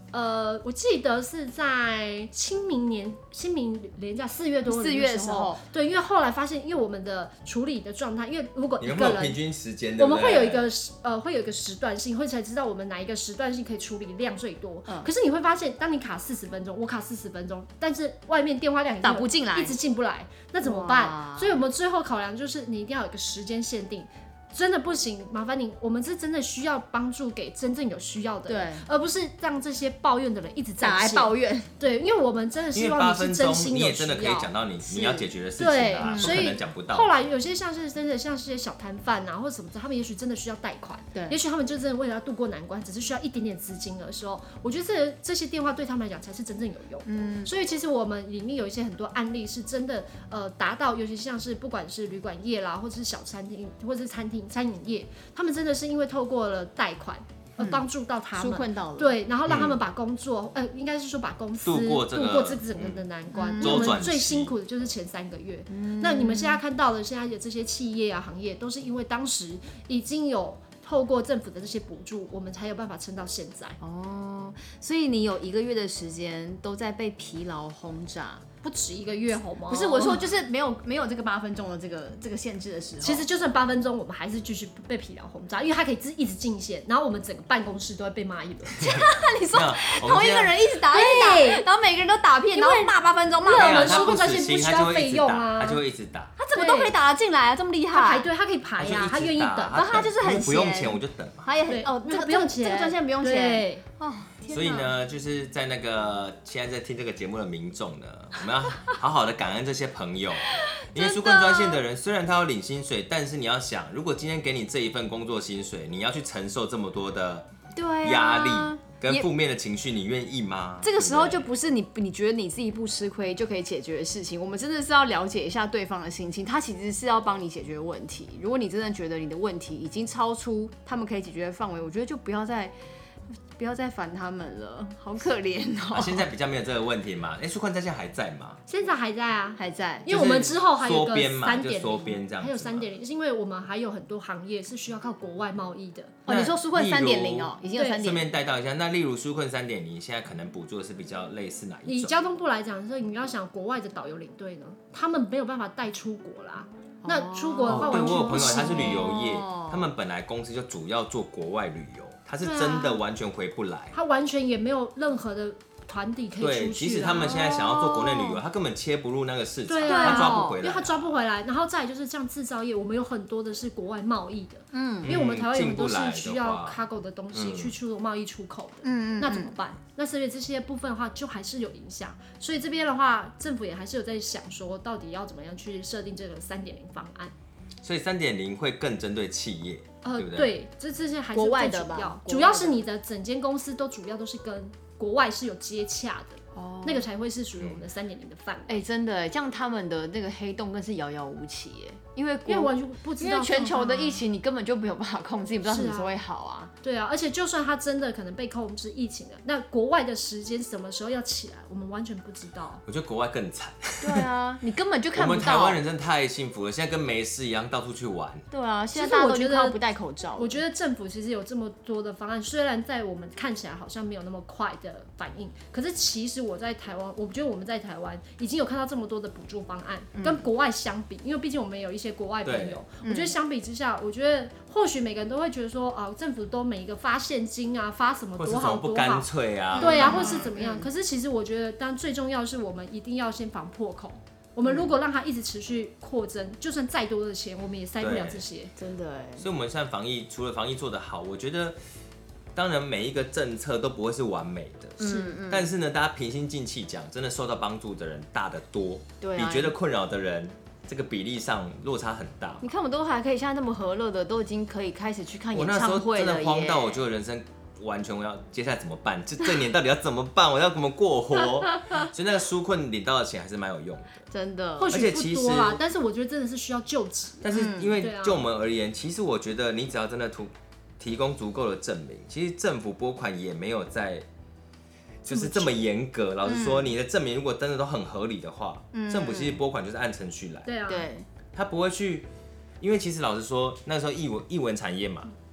[SPEAKER 4] 呃，我记得是在清明年清明连假四月多
[SPEAKER 1] 四月的时候，
[SPEAKER 4] 对，因为后来发现，因为我们的处理的状态，因为如果一个人，
[SPEAKER 2] 你们会有平均时间，
[SPEAKER 4] 我们会有一个呃会有一个时段性，会才知道我们哪一个时段性可以处理量最多。嗯、可是你会发现，当你卡四十分钟，我卡四十分钟，但是外面电话量
[SPEAKER 1] 打不进来，
[SPEAKER 4] 一直进不来，那怎么办？所以我们最后考量就是你一定要有一个时间限定。真的不行，麻烦你，我们是真的需要帮助给真正有需要的人，而不是让这些抱怨的人一直在来
[SPEAKER 1] 抱怨。
[SPEAKER 4] 对，因为我们真的希望你是真心有需要。
[SPEAKER 2] 你也真的可以讲到你你要解决的事情啊，
[SPEAKER 4] 对，
[SPEAKER 2] 所以讲不到。
[SPEAKER 4] 后来有些像是真的像是些小摊贩啊，或者什么，他们也许真的需要贷款，对，也许他们就真的为了要渡过难关，只是需要一点点资金的时候，我觉得这这些电话对他们来讲才是真正有用的。嗯，所以其实我们里面有一些很多案例是真的，呃，达到，尤其像是不管是旅馆业啦，或者是小餐厅，或者是餐厅餐饮业。他们真的是因为透过了贷款而帮助到他们，
[SPEAKER 1] 纾困到了，
[SPEAKER 4] 对，然后让他们把工作，嗯、呃，应该是说把公司
[SPEAKER 2] 度过这个
[SPEAKER 4] 度过这整个的难关。因为我们最辛苦的就是前三个月。嗯、那你们现在看到的现在的这些企业啊行业，都是因为当时已经有透过政府的这些补助，我们才有办法撑到现在。
[SPEAKER 1] 哦，所以你有一个月的时间都在被疲劳轰炸。
[SPEAKER 4] 不止一个月好吗？
[SPEAKER 1] 不是我说，就是没有没有这个八分钟的这个这个限制的时候，
[SPEAKER 4] 其实就算八分钟，我们还是继续被疲劳轰炸，因为它可以一直进线，然后我们整个办公室都会被骂一轮。
[SPEAKER 1] 你说同一个人一直打一直打，然后每个人都打骗，然后骂八分钟，骂
[SPEAKER 4] 我们纾困专线不需要费用啊，
[SPEAKER 2] 他就会一直打，
[SPEAKER 1] 他怎么都可以打得进来啊，这么厉害？
[SPEAKER 4] 他排队，他可以排呀，他愿意等，
[SPEAKER 1] 然后他就是很
[SPEAKER 2] 不用钱我就等嘛，
[SPEAKER 1] 他也很哦，
[SPEAKER 4] 这个不用钱，
[SPEAKER 1] 这个专线不用钱
[SPEAKER 4] 哦。
[SPEAKER 2] 所以呢，就是在那个现在在听这个节目的民众呢，我们要好好的感恩这些朋友，因为纾困专线的人虽然他要领薪水，但是你要想，如果今天给你这一份工作薪水，你要去承受这么多的压力跟负面的情绪，你愿意吗？
[SPEAKER 1] 这个时候就不是你你觉得你自己不吃亏就可以解决的事情，我们真的是要了解一下对方的心情，他其实是要帮你解决问题。如果你真的觉得你的问题已经超出他们可以解决的范围，我觉得就不要再。不要再烦他们了，好可怜哦、
[SPEAKER 2] 啊。现在比较没有这个问题嘛？哎、欸，纾困专线还在吗？
[SPEAKER 4] 现在还在啊，
[SPEAKER 1] 还在。
[SPEAKER 4] 因为我们之后还有一个三点
[SPEAKER 2] 零，
[SPEAKER 4] 还有三点零，是因为我们还有很多行业是需要靠国外贸易的。
[SPEAKER 1] 哦，你说纾困三点零哦，已经有三点零。
[SPEAKER 2] 顺便带到一下，那例如纾困三点零，现在可能补助的是比较类似哪一种？
[SPEAKER 4] 以交通部来讲，是你要想国外的导游领队呢，他们没有办法带出国啦。那出国的话，
[SPEAKER 2] 哦、对我有朋友他是旅游业，
[SPEAKER 1] 哦、
[SPEAKER 2] 他们本来公司就主要做国外旅游。他是真的完全回不来，啊、
[SPEAKER 4] 他完全也没有任何的团体可以出去、啊。
[SPEAKER 2] 对，即使他们现在想要做国内旅游，他根本切不入那个市场，
[SPEAKER 4] 啊、
[SPEAKER 2] 他抓不回来，
[SPEAKER 4] 因为他抓不回来。然后再来就是像制造业，我们有很多的是国外贸易的，嗯，因为我们台湾有很多是需要 cargo 的东西、嗯、去出贸易出口的，嗯嗯，那怎么办？那所以这些部分的话，就还是有影响。所以这边的话，政府也还是有在想说，到底要怎么样去设定这个三点零方案。
[SPEAKER 2] 所以三点零会更针对企业。
[SPEAKER 4] 呃，
[SPEAKER 2] 对不对？
[SPEAKER 4] 对，这这些还是最主要，主要是你的整间公司都主要都是跟国外是有接洽的，哦，那个才会是属于我们的三点零的范围。
[SPEAKER 1] 哎、欸，真的，这样他们的那个黑洞更是遥遥无期耶，因为
[SPEAKER 4] 因为完全不知道，
[SPEAKER 1] 因为全球的疫情你根本就没有办法控制，你不知道什么时候会好啊。
[SPEAKER 4] 对啊，而且就算它真的可能被控制疫情了，那国外的时间什么时候要起来，我们完全不知道。
[SPEAKER 2] 我觉得国外更惨。
[SPEAKER 1] 对啊，你根本就看不到。
[SPEAKER 2] 我们台湾人真的太幸福了，现在跟没事一样到处去玩。
[SPEAKER 1] 对啊，现在大家都靠不戴口罩。
[SPEAKER 4] 我觉得政府其实有这么多的方案，虽然在我们看起来好像没有那么快的反应，可是其实我在台湾，我觉得我们在台湾已经有看到这么多的补助方案，嗯、跟国外相比，因为毕竟我们有一些国外朋友，我觉得相比之下，我觉得或许每个人都会觉得说，啊，政府都每一个发现金啊，发什么多好多好，
[SPEAKER 2] 不干脆啊，
[SPEAKER 4] 对啊，或是怎么样。嗯、可是其实我觉得，当然最重要的是我们一定要先防破口。我们如果让它一直持续扩增，就算再多的钱，我们也塞不了这些。
[SPEAKER 1] 真的哎。
[SPEAKER 2] 所以，我们现在防疫除了防疫做得好，我觉得，当然每一个政策都不会是完美的，是，嗯、但是呢，大家平心静气讲，真的受到帮助的人大得多，对、啊，比觉得困扰的人。这个比例上落差很大。
[SPEAKER 1] 你看，我们都还可以现在那么和乐的，都已经可以开始去看演唱会了耶。
[SPEAKER 2] 我那时候真的慌到，我觉得人生完全我要接下来怎么办？这这年到底要怎么办？我要怎么过活？所以那个纾困领到的钱还是蛮有用的，
[SPEAKER 1] 真的。
[SPEAKER 4] 或许不多啦，但是我觉得真的是需要救急。
[SPEAKER 2] 但是因为就我们而言，其实我觉得你只要真的提提供足够的证明，其实政府拨款也没有在。就是这么严格，老实说，你的证明如果真的都很合理的话，嗯、政府其实拨款就是按程序来。
[SPEAKER 4] 对啊，
[SPEAKER 1] 对，
[SPEAKER 2] 他不会去，因为其实老实说，那时候艺文艺文产业嘛，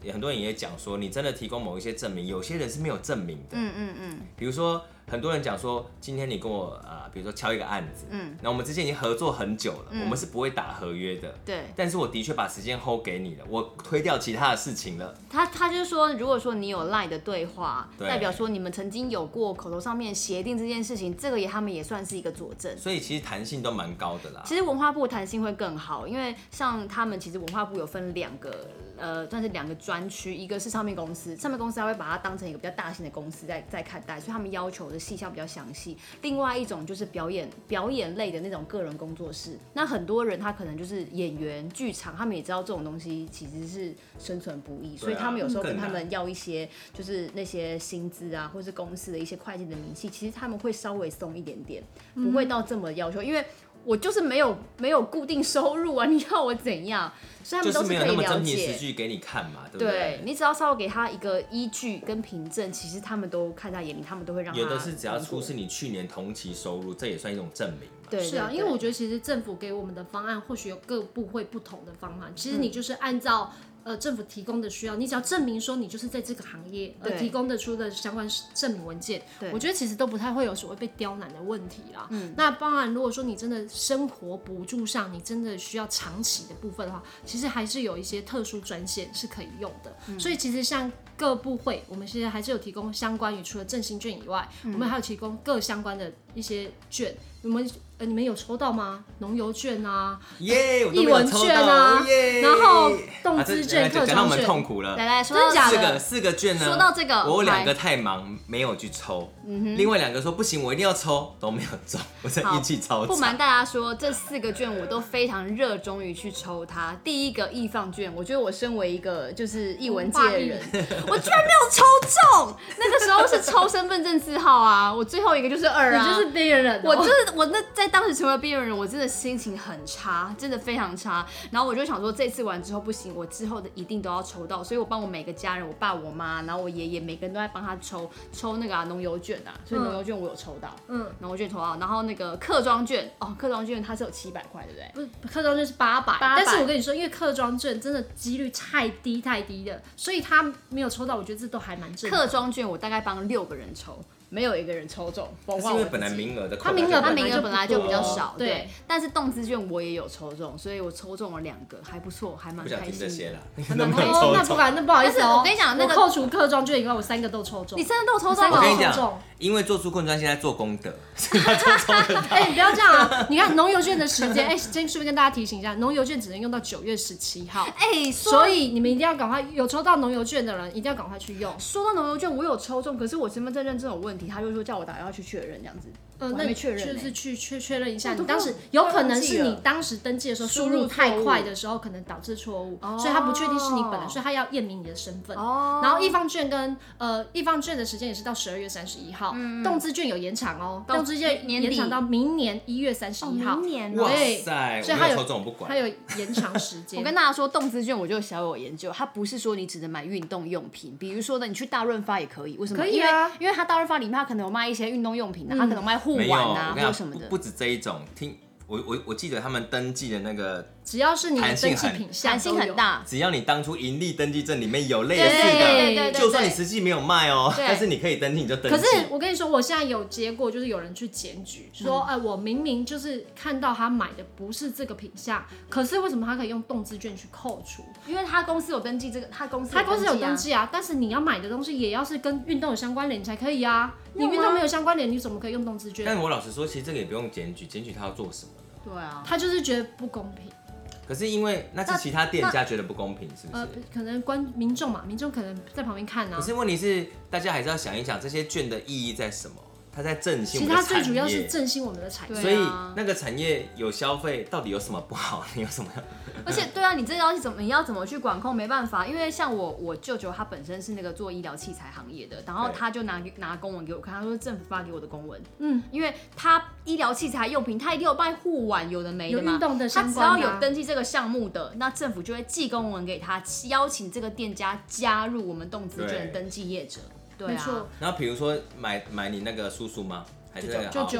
[SPEAKER 2] 很多人也讲说，你真的提供某一些证明，有些人是没有证明的。
[SPEAKER 1] 嗯嗯嗯。
[SPEAKER 2] 比如说，很多人讲说，今天你跟我呃，比如说敲一个案子，嗯，那我们之间已经合作很久了，嗯、我们是不会打合约的。
[SPEAKER 1] 对。
[SPEAKER 2] 但是我的确把时间 hold 给你了，我推掉其他的事情了。
[SPEAKER 1] 他他就是说，如果说你有 LINE 的对话，代表说你们曾经有过口头上面协定这件事情，这个也他们也算是一个佐证。
[SPEAKER 2] 所以其实弹性都蛮高的啦。
[SPEAKER 1] 其实文化部弹性会更好，因为像他们其实文化部有分两个。呃，算是两个专区，一个是唱片公司，唱片公司它会把它当成一个比较大型的公司在在看待，所以他们要求的细项比较详细。另外一种就是表演表演类的那种个人工作室，那很多人他可能就是演员、剧场，他们也知道这种东西其实是生存不易，所以他们有时候跟他们要一些就是那些薪资啊，或是公司的一些会计的明细，其实他们会稍微松一点点，不会到这么要求，因为。我就是没有没有固定收入啊，你要我怎样？所以他们都是可以了解。就是没有那么真凭实据
[SPEAKER 2] 给你看嘛，对不
[SPEAKER 1] 对？对，你只要稍微给他一个依据跟凭证，其实他们都看在眼里，他们都会让他。
[SPEAKER 2] 有的是只要出示你去年同期收入，这也算一种证明嘛。
[SPEAKER 1] 对，
[SPEAKER 4] 是啊，因为我觉得其实政府给我们的方案，或许有各部会不同的方案，其实你就是按照。呃，政府提供的需要，你只要证明说你就是在这个行业，呃，提供得出的相关证明文件，我觉得其实都不太会有所谓被刁难的问题啦。嗯，那当然，如果说你真的生活补助上，你真的需要长期的部分的话，其实还是有一些特殊专线是可以用的。嗯、所以其实像各部会，我们现在还是有提供相关于除了振兴券以外，嗯、我们还有提供各相关的一些券。我们呃，你们有抽到吗？农游券啊，
[SPEAKER 2] 耶，
[SPEAKER 4] 艺文券啊，然后动资券、特
[SPEAKER 2] 讲到我们痛苦了。
[SPEAKER 1] 来来，说
[SPEAKER 4] 到
[SPEAKER 2] 四个四个券呢？
[SPEAKER 1] 说到这个，
[SPEAKER 2] 我有两个太忙没有去抽，嗯、另外两个说不行，我一定要抽，都没有中，我这运气超差。
[SPEAKER 1] 不瞒大家说，这四个券我都非常热衷于去抽它。第一个艺放券，我觉得我身为一个就是艺文界的人，我居然没有抽中。那个时候是抽身份证字号啊，我最后一个就是二啊，
[SPEAKER 4] 你就是边缘人、哦，
[SPEAKER 1] 我就是我那在当时成为边缘人，我真的心情很差，真的非常差。然后我就想说，这次完之后不行，我之后的一定都要抽到，所以我帮我每个家人，我爸、我妈，然后我爷爷，每个人都在帮他抽抽那个农、啊、游券啊，所以农游券我有抽到，嗯，农游券抽到，然后那个客庄券，哦，客庄券它是有七百块，对不对？
[SPEAKER 4] 不是，客庄券是八百，但是我跟你说，因为客庄券真的几率太低太低了，所以他没有抽到，我觉得这都还蛮正常。
[SPEAKER 1] 客庄券我大概帮六个人抽。没有一个人抽中，包括
[SPEAKER 2] 是因为本来名额的扣，
[SPEAKER 1] 他名额他名额本来就比较少，
[SPEAKER 4] 对。
[SPEAKER 1] 对但是动资券我也有抽中，所以我抽中了两个，还不错，还蛮开心的。不想听这些
[SPEAKER 2] 了，
[SPEAKER 4] 哦，那不敢，那不好意思哦。
[SPEAKER 1] 我跟你讲，那个
[SPEAKER 4] 扣除客庄券以外，我三个都抽中。
[SPEAKER 1] 你三个都抽中？
[SPEAKER 2] 我跟你讲，因为做出困专现在做功德，所以他抽中了。
[SPEAKER 4] 哎，你不要这样啊！你看农游券的时间，哎，先顺便跟大家提醒一下，农游券只能用到九月十七号。
[SPEAKER 1] 哎，
[SPEAKER 4] 所以你们一定要赶快，有抽到农游券的人一定要赶快去用。
[SPEAKER 1] 说到农游券，我有抽中，可是我身份证认证有问题，他就说叫我打。要去确认这样子，
[SPEAKER 4] 嗯，
[SPEAKER 1] 那你确认、欸、
[SPEAKER 4] 就是去确确认一下，你当时有可能是你当时登记的时候输入太快的时候，可能导致错误，所以他不确定是你本人，所以他要验明你的身份。哦，然后艺放券跟呃艺放券的时间也是到十二月三十一号，嗯、动资券有延长哦，动资券延长到明年一月三十一号。
[SPEAKER 1] 明年，
[SPEAKER 2] 哇塞，
[SPEAKER 4] 所以它有
[SPEAKER 2] 抽中不管，
[SPEAKER 4] 它有延长时间。
[SPEAKER 1] 我跟大家说，动资券我就小有研究，它不是说你只能买运动用品，比如说呢，你去大润发也可以，为什么？
[SPEAKER 4] 可以啊，
[SPEAKER 1] 因为因为它大润发里面它可能有卖一些运动用品的，它、嗯、可能卖护腕啊或什么的。
[SPEAKER 2] 不止这一种，听我我我记得他们登记的那个，
[SPEAKER 4] 只要是你的登记品项，
[SPEAKER 1] 弹性很大。
[SPEAKER 2] 只要你当初盈利登记证里面有类似的，
[SPEAKER 1] 对对对对
[SPEAKER 2] 就算你实际没有卖哦、喔，但是你可以登记，你就登记。
[SPEAKER 4] 可是我跟你说，我现在有接过，就是有人去检举说，哎、嗯呃，我明明就是看到他买的不是这个品项，可是为什么他可以用动资券去扣除？
[SPEAKER 1] 因为他公司有登记这个，他公司
[SPEAKER 4] 他公司有登记啊，但是你要买的东西也要是跟运动有相关联才可以啊。你运动没有相关联，你怎么可以用动资券？
[SPEAKER 2] 但我老实说，其实这个也不用检举，检举他要做什么呢？
[SPEAKER 1] 对啊，
[SPEAKER 4] 他就是觉得不公平。
[SPEAKER 2] 可是因为那是其他店家觉得不公平，是不是？呃，
[SPEAKER 4] 可能关民众嘛，民众可能在旁边看啊。
[SPEAKER 2] 可是问题是，大家还是要想一想，这些券的意义在什么？它在振兴我们的产业。
[SPEAKER 4] 其实它最主要是振兴我们的产业。
[SPEAKER 2] 所以那个产业有消费，到底有什么不好？你有什么？
[SPEAKER 1] 而且对啊，你这要怎么你要怎么去管控？没办法，因为像我我舅舅他本身是那个做医疗器材行业的，然后他就拿拿公文给我看，他说政府发给我的公文，嗯，因为他医疗器材用品，他一定有卖护腕，有的没的嘛，
[SPEAKER 4] 有运动的相关的、啊，
[SPEAKER 1] 他只要有登记这个项目的，那政府就会寄公文给他，邀请这个店家加入我们动资券的登记业者。对啊，
[SPEAKER 4] 没错。
[SPEAKER 2] 然后比如说买买你那个叔叔吗？还是那个
[SPEAKER 4] 舅舅？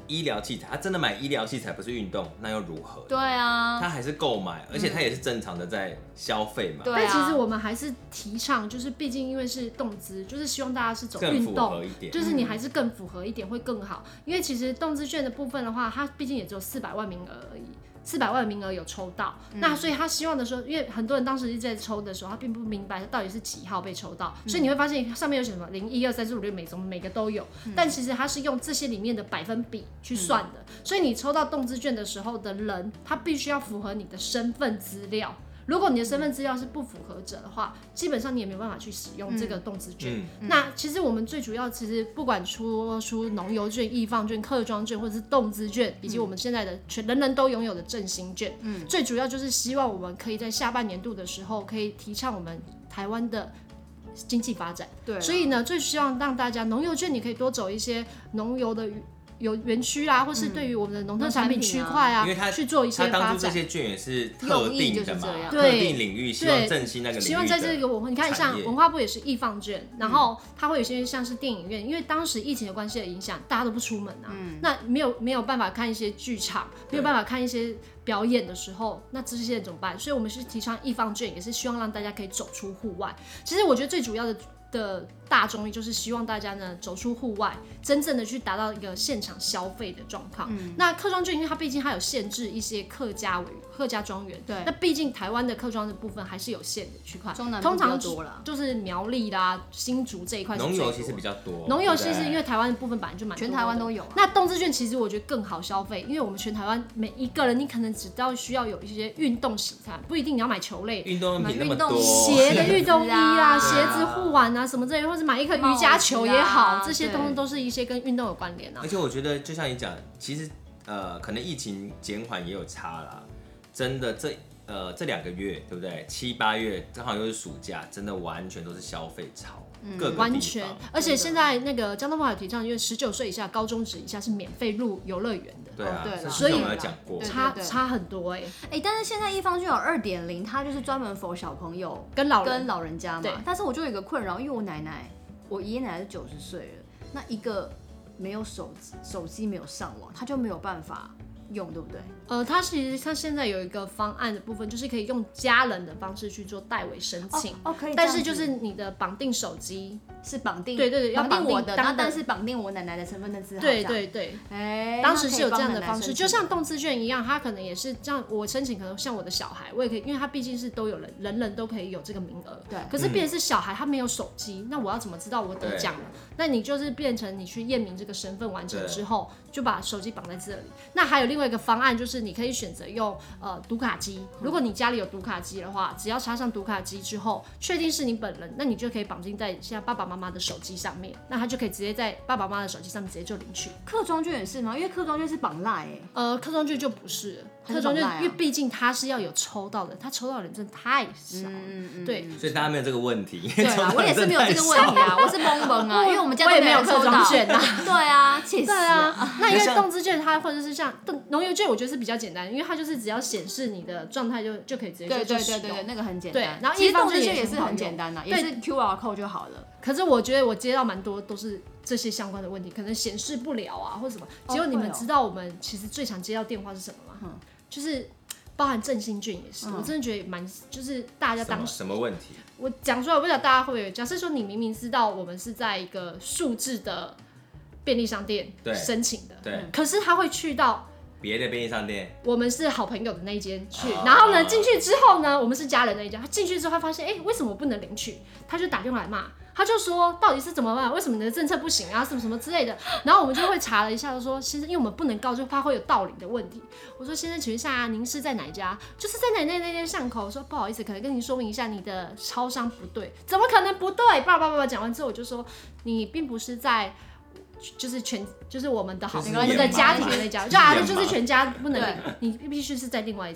[SPEAKER 2] 医疗器材，他真的买医疗器材不是运动，那又如何？
[SPEAKER 1] 对啊，
[SPEAKER 2] 他还是购买，而且他也是正常的在消费嘛。
[SPEAKER 1] 对啊，
[SPEAKER 4] 但其实我们还是提倡，就是毕竟因为是动资，就是希望大家是走运动，就是你还是更符合一点会更好。因为其实动资券的部分的话，它毕竟也只有四百万名额而已。四百万名额有抽到，嗯、那所以他希望的时候，因为很多人当时一直在抽的时候，他并不明白到底是几号被抽到，嗯、所以你会发现上面有写什么零一二三四五六每种每个都有，嗯、但其实他是用这些里面的百分比去算的，嗯、所以你抽到动资券的时候的人，他必须要符合你的身份资料。如果你的身份资料是不符合者的话，基本上你也没有办法去使用这个动资券。嗯、那其实我们最主要，其实不管出出农游券、易放券、客庄券，或者是动资券，以及我们现在的全人人都拥有的振兴券，嗯、最主要就是希望我们可以在下半年度的时候，可以提倡我们台湾的经济发展。对，所以呢，最希望让大家农游券，你可以多走一些农游的有园区啊，或是对于我们的农特产品区块啊，
[SPEAKER 2] 因为他
[SPEAKER 4] 去做一些发展。
[SPEAKER 2] 他当初这些券也是特定的嘛，
[SPEAKER 4] 特
[SPEAKER 2] 定领域，希望振兴那个领域的。
[SPEAKER 4] 希望在这个文化，你看像文化部也是易放券，然后它会有些像是电影院，因为当时疫情的关系的影响，大家都不出门啊，嗯、那没有没有办法看一些剧场，没有办法看一些表演的时候，那这些怎么办？所以我们是提倡易放券，也是希望让大家可以走出户外。其实我觉得最主要的。的大众意就是希望大家呢走出户外，真正的去达到一个现场消费的状况。嗯、那客庄券因为它毕竟它有限制一些客家委客家庄园，对，那毕竟台湾的客庄的部分还是有限的区块，通常就是苗栗啦、新竹这一块。
[SPEAKER 2] 农游其实比较多，
[SPEAKER 4] 农游其实因为台湾的部分本来就蛮多的，
[SPEAKER 1] 全台湾都有、啊。
[SPEAKER 4] 那动资券其实我觉得更好消费，因为我们全台湾每一个人你可能只要需要有一些运动喜欢，不一定你要买球类，
[SPEAKER 2] 运动用品那么多，
[SPEAKER 4] 鞋的运动衣啊、鞋子、护腕啊什么之类的，或者买一颗瑜伽球也好，啊、这些东西都是一些跟运动有关联啊。
[SPEAKER 2] 而且我觉得，就像你讲，其实呃，可能疫情减缓也有差啦。真的这呃这两个月，对不对？七八月正好又是暑假，真的完全都是消费潮，嗯、各个地方
[SPEAKER 4] 完全。而且现在那个交通部还有提倡，因为十九岁以下、高中职以下是免费入游乐园的。
[SPEAKER 2] 对啊，
[SPEAKER 1] 对，
[SPEAKER 2] 所以我们有讲过，
[SPEAKER 4] 差差很多哎、欸、
[SPEAKER 1] 哎、欸，但是现在易放券有二点零，它就是专门 for 小朋友
[SPEAKER 4] 跟老人
[SPEAKER 1] 跟老人家嘛。
[SPEAKER 4] 对。
[SPEAKER 1] 但是我就有一个困扰，因为我奶奶。我爷爷奶奶是九十岁了，那一个没有手机，手机没有上网，他就没有办法用，对不对？
[SPEAKER 4] 呃，他其实他现在有一个方案的部分，就是可以用家人的方式去做代为申请。
[SPEAKER 1] 哦，哦可以。
[SPEAKER 4] 但是就是你的绑定手机
[SPEAKER 1] 是绑定，
[SPEAKER 4] 对对对，要
[SPEAKER 1] 绑定我的，但但是绑定我奶奶的身份证字号。
[SPEAKER 4] 对对对，
[SPEAKER 1] 哎、欸，
[SPEAKER 4] 当时是有这样的方式，就像动资券一样，他可能也是这样，我申请可能像我的小孩，我也可以，因为他毕竟是都有人，人人都可以有这个名额。对。可是变成是小孩他没有手机，那我要怎么知道我得奖了？那你就是变成你去验明这个身份完成之后，就把手机绑在这里。那还有另外一个方案，就是你可以选择用呃读卡机，如果你家里有读卡机的话，只要插上读卡机之后，确定是你本人，那你就可以绑定在现在爸爸妈妈的手机上面，那他就可以直接在爸爸妈妈的手机上面直接就领取。
[SPEAKER 1] 客庄券也是吗？因为客庄券是绑赖哎。
[SPEAKER 4] 呃，客庄券就不是了，客庄券、啊、因为毕竟他是要有抽到的，他抽到的人真的太少了。嗯嗯对，
[SPEAKER 2] 所以大家没有这个问题。
[SPEAKER 1] 对啊，我也是没有这个问题啊，我是懵懵啊，因为我们家都没有客庄券啊。对啊，气死啊！
[SPEAKER 4] 那因为动资券它或者是像农游券，我觉得是比较简单，因为它就是只要显示你的状态就就可以直接就
[SPEAKER 1] 对对对对对，那个很简单。
[SPEAKER 4] 对，然后易放券
[SPEAKER 1] 也是很简单呐，也是 Q R code 就好了。
[SPEAKER 4] 可是我觉得我接到蛮多都是这些相关的问题，可能显示不了啊，或者什么。结果你们知道我们其实最常接到电话是什么吗？嗯，就是包含振兴券也是，嗯、我真的觉得蛮就是大家当时
[SPEAKER 2] 什么问题？我
[SPEAKER 4] 讲出来，我不知道大家会不会。假设说你明明知道我们是在一个数字的便利商店申请的，
[SPEAKER 2] 对，
[SPEAKER 4] 可是他会去到
[SPEAKER 2] 别的便利商店，
[SPEAKER 4] 我们是好朋友的那一间去，哦、然后呢进去之后呢，我们是家人那一家，他进去之后他发现，哎、欸，为什么我不能领取？他就打电话来骂，他就说到底是怎么办？为什么你的政策不行啊？什么什么之类的。然后我们就会查了一下，就说先生，因为我们不能告，就怕会有盗领的问题。我说先生，请问一下、啊，您是在哪一家？就是在哪那那间巷口。我说不好意思，可能跟您说明一下，你的超商不对。怎么可能不对？叭叭叭叭讲完之后，我就说你并不是在。就是全就是我们的好，我们的家庭那家，就啊，就是全家不能领，你必须是在另外一家。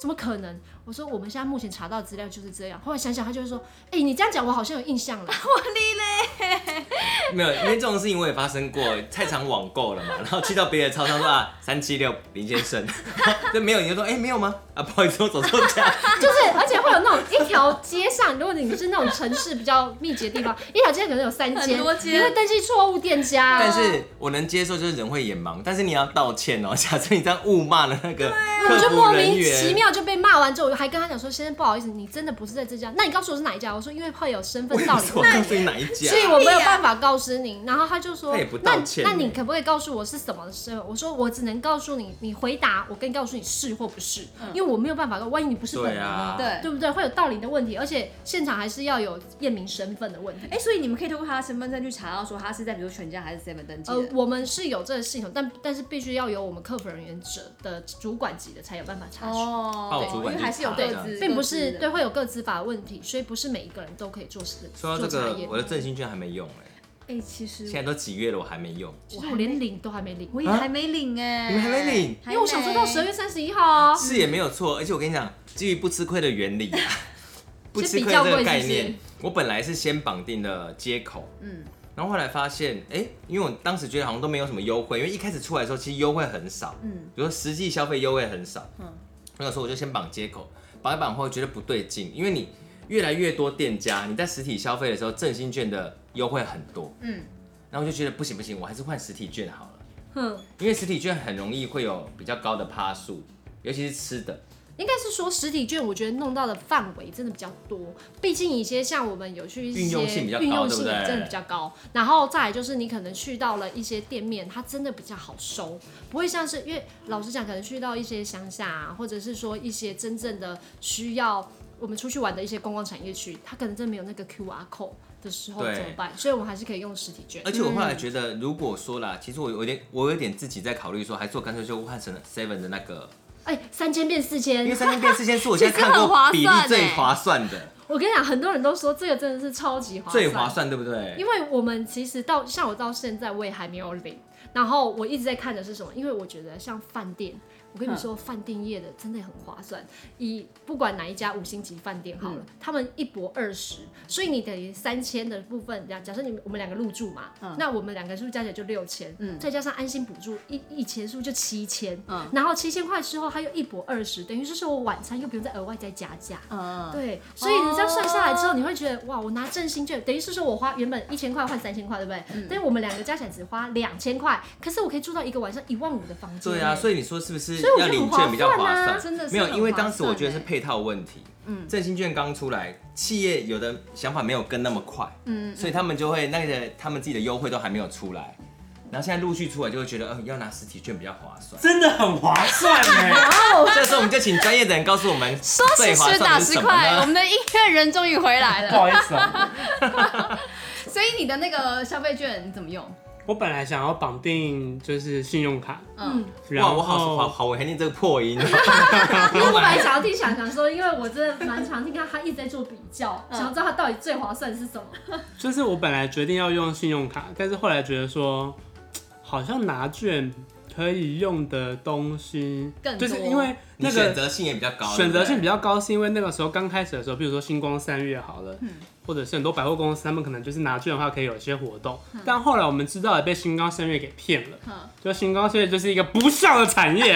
[SPEAKER 4] 怎么可能？我说我们现在目前查到的资料就是这样。后来想想，他就会说，哎、欸，你这样讲我好像有印象了。
[SPEAKER 1] 我哩嘞，
[SPEAKER 2] 没有，因为这种事情我也发生过，太常网购了嘛，然后去到别的超商说啊三七六林先生，就没有你就说哎、欸、没有吗？啊不好意思我走错家。
[SPEAKER 4] 就是，而且会有那种一条街上，如果你是那种城市比较密集的地方，一条街可能有三间，你会登记错误店家、哦。
[SPEAKER 2] 但是我能接受，就是人会眼盲，但是你要道歉哦。假设你这样误骂了那个客服人员，我
[SPEAKER 4] 就莫名其妙就被骂完之后，我还跟他讲说，先生不好意思，你真的不是在这家，那你告诉我是哪一家？我说因为会有身份盗领，
[SPEAKER 2] 我告诉你哪一家，
[SPEAKER 4] 所以我没有办法告诉您。然后他就说，
[SPEAKER 2] 他也不道歉、
[SPEAKER 4] 那那你可不可以告诉我是什么身份？我说我只能告诉你，你回答，我跟告诉你是或不是，嗯、因为我没有办法，万一你不是本人呢？
[SPEAKER 1] 对、啊、
[SPEAKER 4] 对不对？会有盗领的问题，而且现场还是要有验明身份的问题。
[SPEAKER 1] 哎、欸，所以你们可以透过他的身份证去查到说他是在比如全家还是 seven 登记的。
[SPEAKER 4] 呃，我们是有这个系统，但但是必须要有我们客服人员者的主管级的才有办法查询。
[SPEAKER 1] 哦，
[SPEAKER 2] 对，因为
[SPEAKER 1] 还是有各自，
[SPEAKER 4] 并不是对会有各自法的问题，所以不是每一个人都可以做事。
[SPEAKER 2] 说到这个，我的振兴券还没用哎、
[SPEAKER 1] 欸。哎、欸，其实
[SPEAKER 2] 现在都几月了，我还没用。
[SPEAKER 4] 其实我连领都还没领，
[SPEAKER 1] 我也还没领哎、欸。
[SPEAKER 2] 你们还没领？
[SPEAKER 4] 因为我想说到十二月三十一号啊。
[SPEAKER 2] 是也没有错，而且我跟你讲，基于不吃亏的原理啊，不吃亏的这个概念，是是我本来是先绑定了街口，嗯，然后后来发现，哎、欸，因为我当时觉得好像都没有什么优惠，因为一开始出来的时候其实优惠很少，嗯，比如说实际消费优惠很少，嗯，那个时候我就先绑街口，绑一绑后觉得不对劲，因为你越来越多店家，你在实体消费的时候，振兴券的优惠很多，嗯，然后我就觉得不行不行，我还是换实体券好了，嗯，因为实体券很容易会有比较高的趴数，尤其是吃的。
[SPEAKER 4] 应该是说实体券，我觉得弄到的范围真的比较多，毕竟一些像我们有去一些
[SPEAKER 2] 运用性比较高，
[SPEAKER 4] 运用性真的比较高。然后再来就是你可能去到了一些店面，它真的比较好收，不会像是因为老实讲，可能去到一些乡下啊，或者是说一些真正的需要我们出去玩的一些观光产业区，它可能真的没有那个 Q R code 的时候怎么办？所以我们还是可以用实体券。
[SPEAKER 2] 而且我后来觉得，如果说啦，其实我有点，我有点自己在考虑说，还是我干脆就换成 seven 的那个。
[SPEAKER 4] 哎、欸，三千变四千，
[SPEAKER 2] 因为三千变四千是我现在看过比例最划算的。
[SPEAKER 4] 我跟你讲，很多人都说这个真的是超级划算，
[SPEAKER 2] 最划算，对不对？
[SPEAKER 4] 因为我们其实到像我到现在我也还没有领，然后我一直在看的是什么？因为我觉得像饭店，我跟你说，饭店业的真的很划算。以不管哪一家五星级饭店好了，嗯、他们一博二十，所以你等于三千的部分，假设你我们两个入住嘛，嗯、那我们两个是不是加起来就六千？嗯，再加上安心补助一一千，是不是就七千？嗯，然后七千块之后，它又一博二十，等于就是我晚餐又不用再额外再加价。嗯，对，所以你这样算下来之后，你会觉得哇，我拿振兴券，等于是说我花原本一千块换三千块，对不对？嗯，但是我们两个加起来只花两千块，可是我可以住到一个晚上一万五的房间。
[SPEAKER 2] 对啊，所以你说是不是要领券比较划算？
[SPEAKER 1] 真的是
[SPEAKER 2] 没有，因为当时我觉得是配套问题。嗯，振兴券刚出来，企业有的想法没有跟那么快，嗯，所以他们就会那个他们自己的优惠都还没有出来，然后现在陆续出来就会觉得，呃，要拿实体券比较划算，
[SPEAKER 3] 真的很划算哎。
[SPEAKER 2] 这时候我们就请专业的人告诉我们，最划算是什么呢？
[SPEAKER 1] 我们的音乐人终于回来了，
[SPEAKER 3] 不好意思啊。
[SPEAKER 1] 所以你的那个消费券你怎么用？
[SPEAKER 3] 我本来想要绑定就是信用卡，嗯，
[SPEAKER 2] 哇，我好好好，我还念这个破音。因为
[SPEAKER 4] 我本来想要听想想说，因为我真的蛮常听到他一直在做比较，嗯、想要知道他到底最划算是什么。
[SPEAKER 3] 就是我本来决定要用信用卡，但是后来觉得说，好像拿券可以用的东西
[SPEAKER 1] 更多，
[SPEAKER 3] 就是因为那个
[SPEAKER 2] 选择性也比较高，
[SPEAKER 3] 选择性比较高，是因为那个时候刚开始的时候，比如说星光三月好了。嗯，或者是很多百货公司，他们可能就是拿券的话可以有一些活动，嗯、但后来我们知道了被星光三月给骗了，嗯、就星光三月就是一个不孝的产业，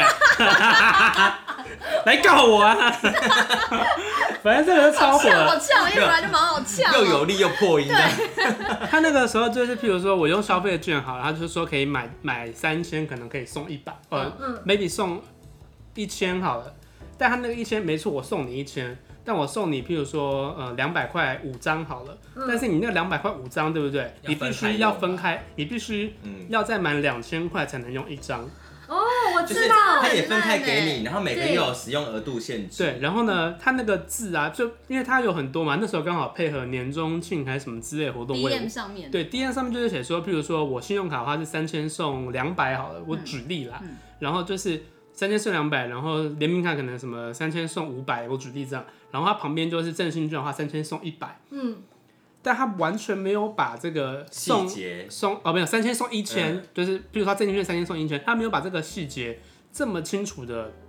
[SPEAKER 3] 来告我啊！反正这个是超火的，
[SPEAKER 1] 好呛，因为本来就蛮好呛，
[SPEAKER 2] 又有力又破音。
[SPEAKER 3] 他那个时候就是，譬如说我用消费券好了，他就说可以买买三千，可能可以送一百，呃、嗯、，maybe 送一千好了，但他那个一千没错，我送你一千。但我送你，譬如说，呃，两百块五张好了，嗯、但是你那两百块五张，对不对？你必须要分开，你必须要再满两千块才能用一张。
[SPEAKER 4] 哦，我知道，
[SPEAKER 2] 就是他也分开给你，然后每个月有使用额度限制。
[SPEAKER 3] 对，然后呢，他那个字啊，就因为它有很多嘛，那时候刚好配合年中庆还是什么之类的活动。
[SPEAKER 1] D M 上面。
[SPEAKER 3] 对 ，D M 上面就是写说，譬如说我信用卡的话是三千送两百好了，我举例啦，嗯嗯、然后就是三千送两百，然后联名卡可能什么三千送五百，我举例这样。然后它旁边就是振兴券的话，三千送一百，嗯，但他完全没有把这个送送哦，没有三千送一千，就是比如说他振兴券三千送一千，他没有把这个细节这么清楚的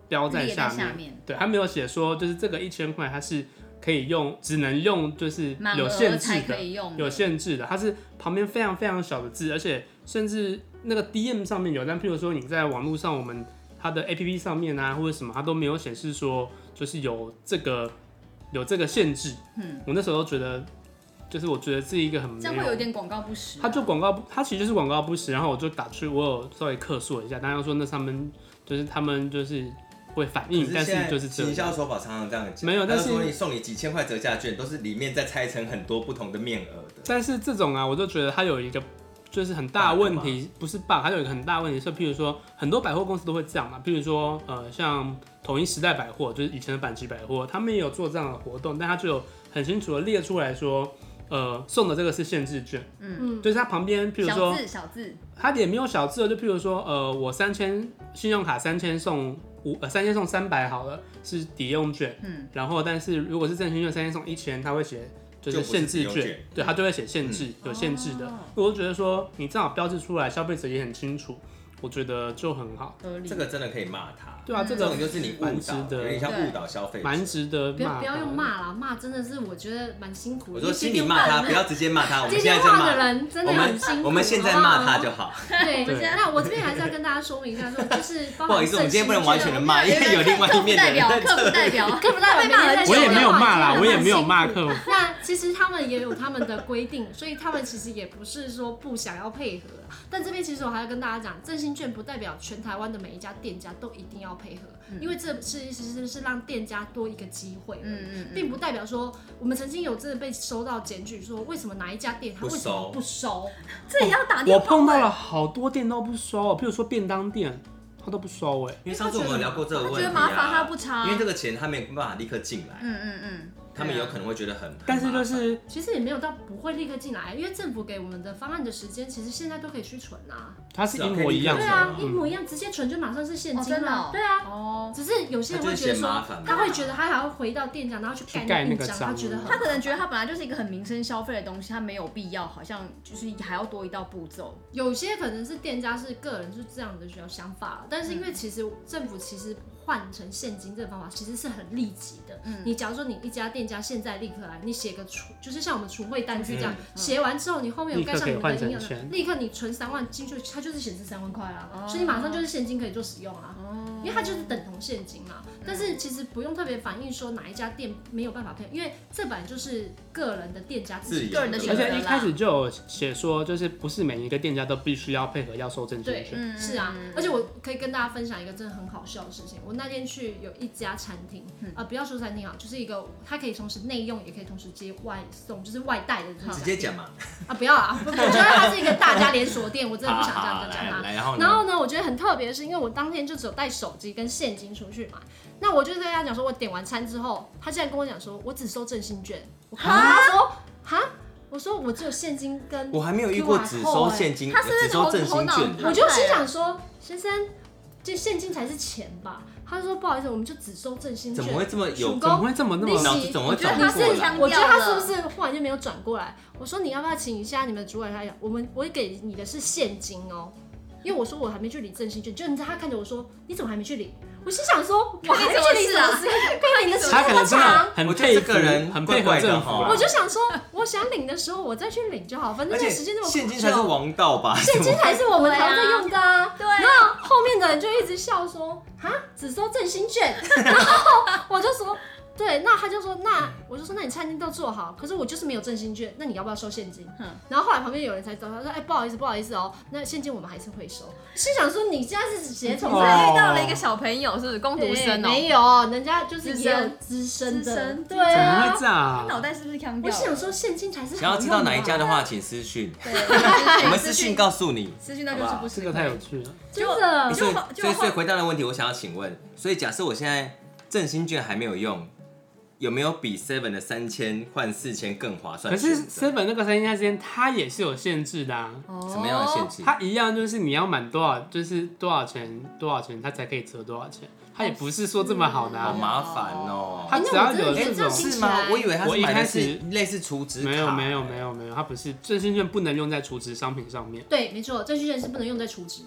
[SPEAKER 3] 标在下面，
[SPEAKER 1] 下面
[SPEAKER 3] 对，它没有写说就是这个一千块它是可以用，只能用就是有限制的，有限制的，它是旁边非常非常小的字，而且甚至那个 D M 上面有，但譬如说你在网络上我们它的 A P P 上面啊或者什么，它都没有显示说就是有这个有这个限制。嗯，我那时候都觉得。就是我觉得是一个很没有，
[SPEAKER 1] 这样会有点广告不实、啊。
[SPEAKER 3] 他就广告，他其实就是广告不实，然后我就打去，我有稍微客诉一下，大家说那他们就是他们就是会反应，但是就是这样。
[SPEAKER 2] 行销手法常常这样讲，
[SPEAKER 3] 没有，但是
[SPEAKER 2] 说你送你几千块折价券，都是里面再拆成很多不同的面额的。
[SPEAKER 3] 但是这种啊，我就觉得它有一个就是很大的问题，不是 bug， 它有一个很大的问题是，譬如说很多百货公司都会这样嘛，譬如说呃像统一时代百货，就是以前的板崎百货，他们也有做这样的活动，但他就有很清楚的列出来说。呃，送的这个是限制券，嗯，就是它旁边，譬如说
[SPEAKER 1] 小字小字，
[SPEAKER 3] 它也没有小字，就譬如说，呃，我三千信用卡三千送五，呃，三千送三百好了，是抵用券，嗯，然后但是如果是振兴券三千送一千，它会写就是限制券，券对，它就会写限制，嗯、有限制的，哦、我就觉得说你正好标志出来，消费者也很清楚。我觉得就很好，
[SPEAKER 2] 这个真的可以骂他。
[SPEAKER 3] 对啊，这个
[SPEAKER 2] 就是你误导，有点像误导消费者，
[SPEAKER 3] 蛮值得骂。
[SPEAKER 4] 不要用骂啦，骂真的是我觉得蛮辛苦的。
[SPEAKER 2] 我说心里骂他，不要直接骂他。我们现在
[SPEAKER 4] 在骂的人真的很辛苦。
[SPEAKER 2] 我们现在骂他就好。
[SPEAKER 4] 对，那我这边还是要跟大家说明一下，说就是
[SPEAKER 2] 不好意思，我们今天不能完全的骂，因为有另外一面的人在
[SPEAKER 1] 客服代表，客服代
[SPEAKER 4] 表，
[SPEAKER 3] 我也没有骂啦，我也没有骂客服。
[SPEAKER 4] 那其实他们也有他们的规定，所以他们其实也不是说不想要配合。但这边其实我还要跟大家讲，振兴券不代表全台湾的每一家店家都一定要配合，嗯、因为这是其实是让店家多一个机会，嗯嗯嗯、并不代表说我们曾经有真的被收到检举说为什么哪一家店他为什么不收，
[SPEAKER 1] 这也要打电话、欸。
[SPEAKER 3] 我碰到了好多店都不收，譬如说便当店。他都不收哎、欸，
[SPEAKER 2] 因为上次我们有聊过这个问题、啊，
[SPEAKER 1] 他觉得麻烦他不差，
[SPEAKER 2] 因为这个钱他没办法立刻进来，嗯嗯嗯，他们有可能会觉得很，
[SPEAKER 3] 但是就是
[SPEAKER 4] 其实也没有到不会立刻进来，因为政府给我们的方案的时间，其实现在都可以去存啊，
[SPEAKER 3] 它是一模一样的，
[SPEAKER 4] 对啊，一模一样，直接存就马上是现金了，哦、对啊，哦，只是有些人会觉得说，他会觉得他还要回到店家，然后去盖那个章，他觉得
[SPEAKER 1] 他可能觉得他本来就是一个很民生消费的东西，他没有必要，好像就是还要多一道步骤。
[SPEAKER 4] 有些可能是店家是个人是这样的想法，但是因为其实。政府其实换成现金这个方法其实是很立即的。嗯、你假如说你一家店家现在立刻来，你写个储，就是像我们储汇单据这样，写、嗯、完之后你后面有盖上你的营业额，立刻你存三万进去，它就是显示三万块啦，哦、所以你马上就是现金可以做使用啊，哦、因为它就是等同现金嘛。嗯、但是其实不用特别反映说哪一家店没有办法配，因为这本来就是个人的店家自己个人的选择啦。
[SPEAKER 3] 而且一开始就有写说，就是不是每一个店家都必须要配合要收振兴券。
[SPEAKER 4] 对，嗯、是啊。而且我可以跟大家分享一个真的很好笑的事情，我那天去有一家餐厅，啊、嗯呃，不要说餐厅啊，就是一个它可以同时内用，也可以同时接外送，就是外带的这种。
[SPEAKER 2] 直接讲嘛。
[SPEAKER 4] 啊，不要啊！我觉得它是一个大家连锁店，我真的不想这样讲它。然后呢，我觉得很特别的是，因为我当天就只有带手机跟现金出去买，那我就跟他讲说，我点完餐之后，他竟然跟我讲说，我只收振兴券。我看到他说，哈。我说我只有现金跟 Q R code，
[SPEAKER 2] 我还没有遇过只收现金，只收振兴券的。
[SPEAKER 4] 我就心想说，先生，这现金才是钱吧？他就说不好意思，我们就只收振兴券。
[SPEAKER 2] 怎么会这么有？
[SPEAKER 3] 怎么会这么那么
[SPEAKER 2] 脑子怎么会转
[SPEAKER 1] 不过来？
[SPEAKER 4] 我觉得他是不是忽然就没有转过来？我说你要不要请一下你们的主管？他讲我们我给你的是现金哦，因为我说我还没去领振兴券，就你知道他看着我说你怎么还没去领？我心想说，我还没去领什么事？看你的时间那么长，
[SPEAKER 3] 很配合人，很配合政府。
[SPEAKER 4] 我就想说，我想领的时候我再去领就好，反正这时间那么
[SPEAKER 2] 现金才是王道吧？
[SPEAKER 4] 现金才是我们常在用的啊。对。然后后面的人就一直笑说，啊，只收振兴券。然后我就说。对，那他就说，那我就说，那你餐厅都做好，可是我就是没有振兴券，那你要不要收现金？嗯、然后后来旁边有人才找他说，哎、欸，不好意思，不好意思哦，那现金我们还是会收。心想说，你现在是直接从这
[SPEAKER 1] 遇到了一个小朋友，是不是工读生哦？
[SPEAKER 4] 没有，人家就是也有资深的，对啊。
[SPEAKER 3] 怎么会这样？
[SPEAKER 1] 他脑袋是不是呛掉？
[SPEAKER 4] 我想说，现金才是好用的。
[SPEAKER 2] 想要知道哪一家的话，请私讯。我们私讯告诉你。
[SPEAKER 1] 私讯那就是不是。
[SPEAKER 3] 这个太有趣了，
[SPEAKER 4] 真的。
[SPEAKER 2] 所以，所以，所以回答的问题，我想要请问，所以假设我现在振兴券还没有用。有没有比 seven 的三千换四千更划算？
[SPEAKER 3] 可是 seven 那个三千之间，它也是有限制的啊。
[SPEAKER 2] 哦、什么样的限制？
[SPEAKER 3] 它一样就是你要满多少，就是多少钱，多少钱它才可以折多少钱。它也不是说这么好的、啊，
[SPEAKER 2] 好麻烦哦。
[SPEAKER 3] 它只要有这种、
[SPEAKER 2] 欸、是吗？我以为它是买的是类似储值卡。
[SPEAKER 3] 没有没有没有没有，它不是振兴券不能用在储值商品上面。
[SPEAKER 4] 对，没错，振兴券是不能用在储值的。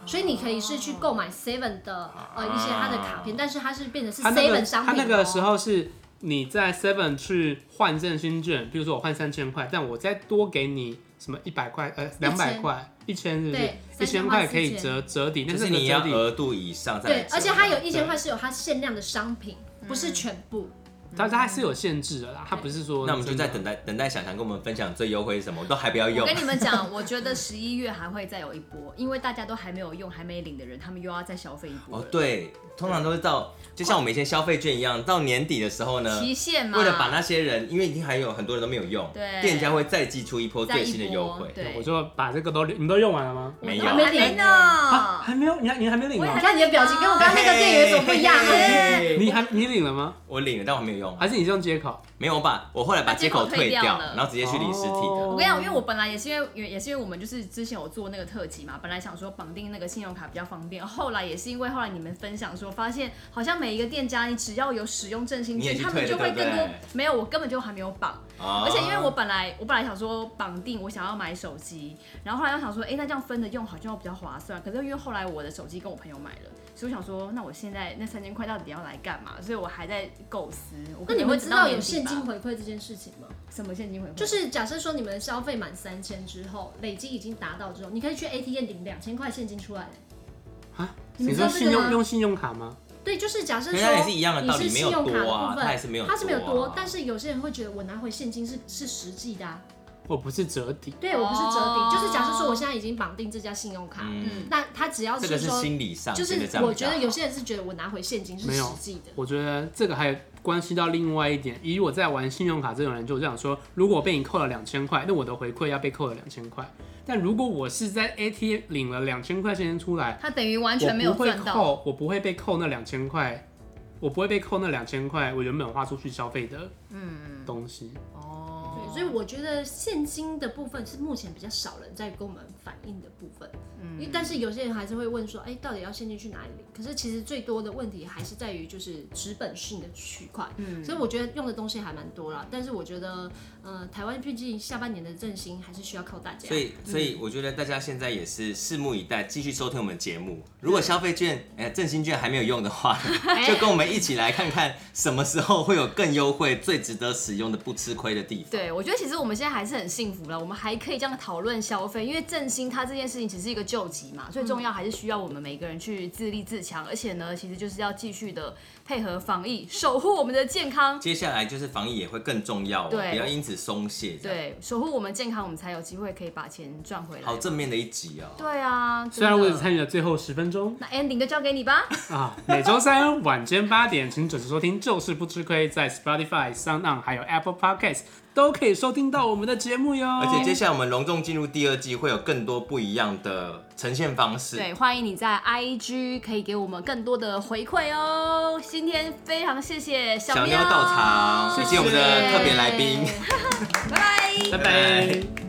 [SPEAKER 4] 所以你可以是去购买 Seven 的呃一些它的卡片，但是它是变成是 Seven 商品、
[SPEAKER 3] 哦。它那个时候是你在 Seven 去换振兴券，比如说我换三千块，但我再多给你什么一百块呃两百块。一千是不是？一千块可以折折抵，
[SPEAKER 2] 就是你要额度以上再。
[SPEAKER 4] 对，而且它有一千块是有它限量的商品，不是全部。
[SPEAKER 3] 它它还是有限制的啦，它不是说。
[SPEAKER 2] 那我们就在等待等待小强跟我们分享最优惠是什么，我都还不要用。
[SPEAKER 1] 我跟你们讲，我觉得十一月还会再有一波，因为大家都还没有用、还没领的人，他们又要再消费一波。
[SPEAKER 2] 哦，对，通常都是到就像我们以前消费券一样，到年底的时候呢，
[SPEAKER 1] 期限嘛，
[SPEAKER 2] 为了把那些人，因为已经还有很多人都没有用，
[SPEAKER 1] 对，
[SPEAKER 2] 店家会再寄出一波最新的优惠。
[SPEAKER 1] 对，
[SPEAKER 3] 我就把这个都你们都用完了吗？
[SPEAKER 2] 没有，
[SPEAKER 4] 还没领
[SPEAKER 1] 呢，
[SPEAKER 3] 还没有，你你还没领吗？
[SPEAKER 4] 你看你的表情跟我刚刚那个店员有什么不一样？
[SPEAKER 3] 你还你领了吗？
[SPEAKER 2] 我领了，但我没有用。
[SPEAKER 3] 还是你是用接口？
[SPEAKER 2] 没有，我把我后来把接口退掉，然后直接去领实体的。
[SPEAKER 1] 我跟你讲，因为我本来也是因为也是因为我们就是之前有做那个特辑嘛，本来想说绑定那个信用卡比较方便，后来也是因为后来你们分享说，发现好像每一个店家你只要有使用振兴券，他们就会更多。没有，我根本就还没有绑，而且因为我本来我本来想说绑定，我想要买手机，然后后来又想说，哎，那这样分着用好像比较划算。可是因为后来我的手机跟我朋友买了。所以我想说，那我现在那三千块到底要来干嘛？所以我还在构思。
[SPEAKER 4] 那你们知道有现金回馈这件事情吗？
[SPEAKER 1] 什么现金回馈？
[SPEAKER 4] 就是假设说你们消费满三千之后，累积已经达到之后，你可以去 A T M 领两千块现金出来。
[SPEAKER 3] 啊？你们知道信用用信用卡吗？
[SPEAKER 4] 对，就是假设说
[SPEAKER 2] 也是一样的道理，
[SPEAKER 4] 你是信用卡的部分，
[SPEAKER 2] 它还是没有多啊，
[SPEAKER 4] 它是没有多，但是有些人会觉得我拿回现金是是实际的啊。
[SPEAKER 3] 我不是折抵，
[SPEAKER 4] 对我不是折抵， oh. 就是假设说我现在已经绑定这家信用卡，嗯，那他只要是说，
[SPEAKER 2] 这个是心理上，
[SPEAKER 4] 就是我觉得有些人是觉得我拿回现金是实际的。
[SPEAKER 3] 我觉得这个还有关系到另外一点，以我在玩信用卡这种人就这样说，如果我被你扣了两千块，那我的回馈要被扣了两千块。但如果我是在 A T M 领了两千块现金出来，
[SPEAKER 1] 他等于完全没有赚到，
[SPEAKER 3] 我不会扣，我不会被扣那两千块，我不会被扣那两千块我原本花出去消费的东西。
[SPEAKER 1] 嗯
[SPEAKER 4] 所以我觉得现金的部分是目前比较少人在跟我们反映的部分，嗯，但是有些人还是会问说，哎、欸，到底要现金去哪里领？可是其实最多的问题还是在于就是纸本性的区块，嗯，所以我觉得用的东西还蛮多啦。但是我觉得，呃，台湾毕竟下半年的振兴还是需要靠大家。
[SPEAKER 2] 所以，所以我觉得大家现在也是拭目以待，继续收听我们的节目。如果消费券、哎，振兴券还没有用的话，就跟我们一起来看看什么时候会有更优惠、最值得使用的、不吃亏的地方。
[SPEAKER 1] 对，我觉得其实我们现在还是很幸福了，我们还可以这样讨论消费，因为振兴它这件事情只是一个救急嘛，最重要还是需要我们每个人去自立自强，而且呢，其实就是要继续的配合防疫，守护我们的健康。
[SPEAKER 2] 接下来就是防疫也会更重要、哦，
[SPEAKER 1] 对，
[SPEAKER 2] 不要因此松懈。
[SPEAKER 1] 对，守护我们健康，我们才有机会可以把钱赚回来。
[SPEAKER 2] 好正面的一集哦。
[SPEAKER 1] 对啊，
[SPEAKER 3] 虽然我只参与了最后十分钟，
[SPEAKER 1] 那 ending 就交给你吧。
[SPEAKER 3] 啊，每周三晚间八点，请准时收听，就是不吃亏，在 Spotify、SoundOn 还有 Apple Podcast。都可以收听到我们的节目哟，
[SPEAKER 2] 而且接下来我们隆重进入第二季，会有更多不一样的呈现方式。
[SPEAKER 1] 对，欢迎你在 I G 可以给我们更多的回馈哦。今天非常谢谢小喵
[SPEAKER 2] 小妞到场，以及我们的特别来宾，
[SPEAKER 1] 拜拜，
[SPEAKER 3] 拜拜。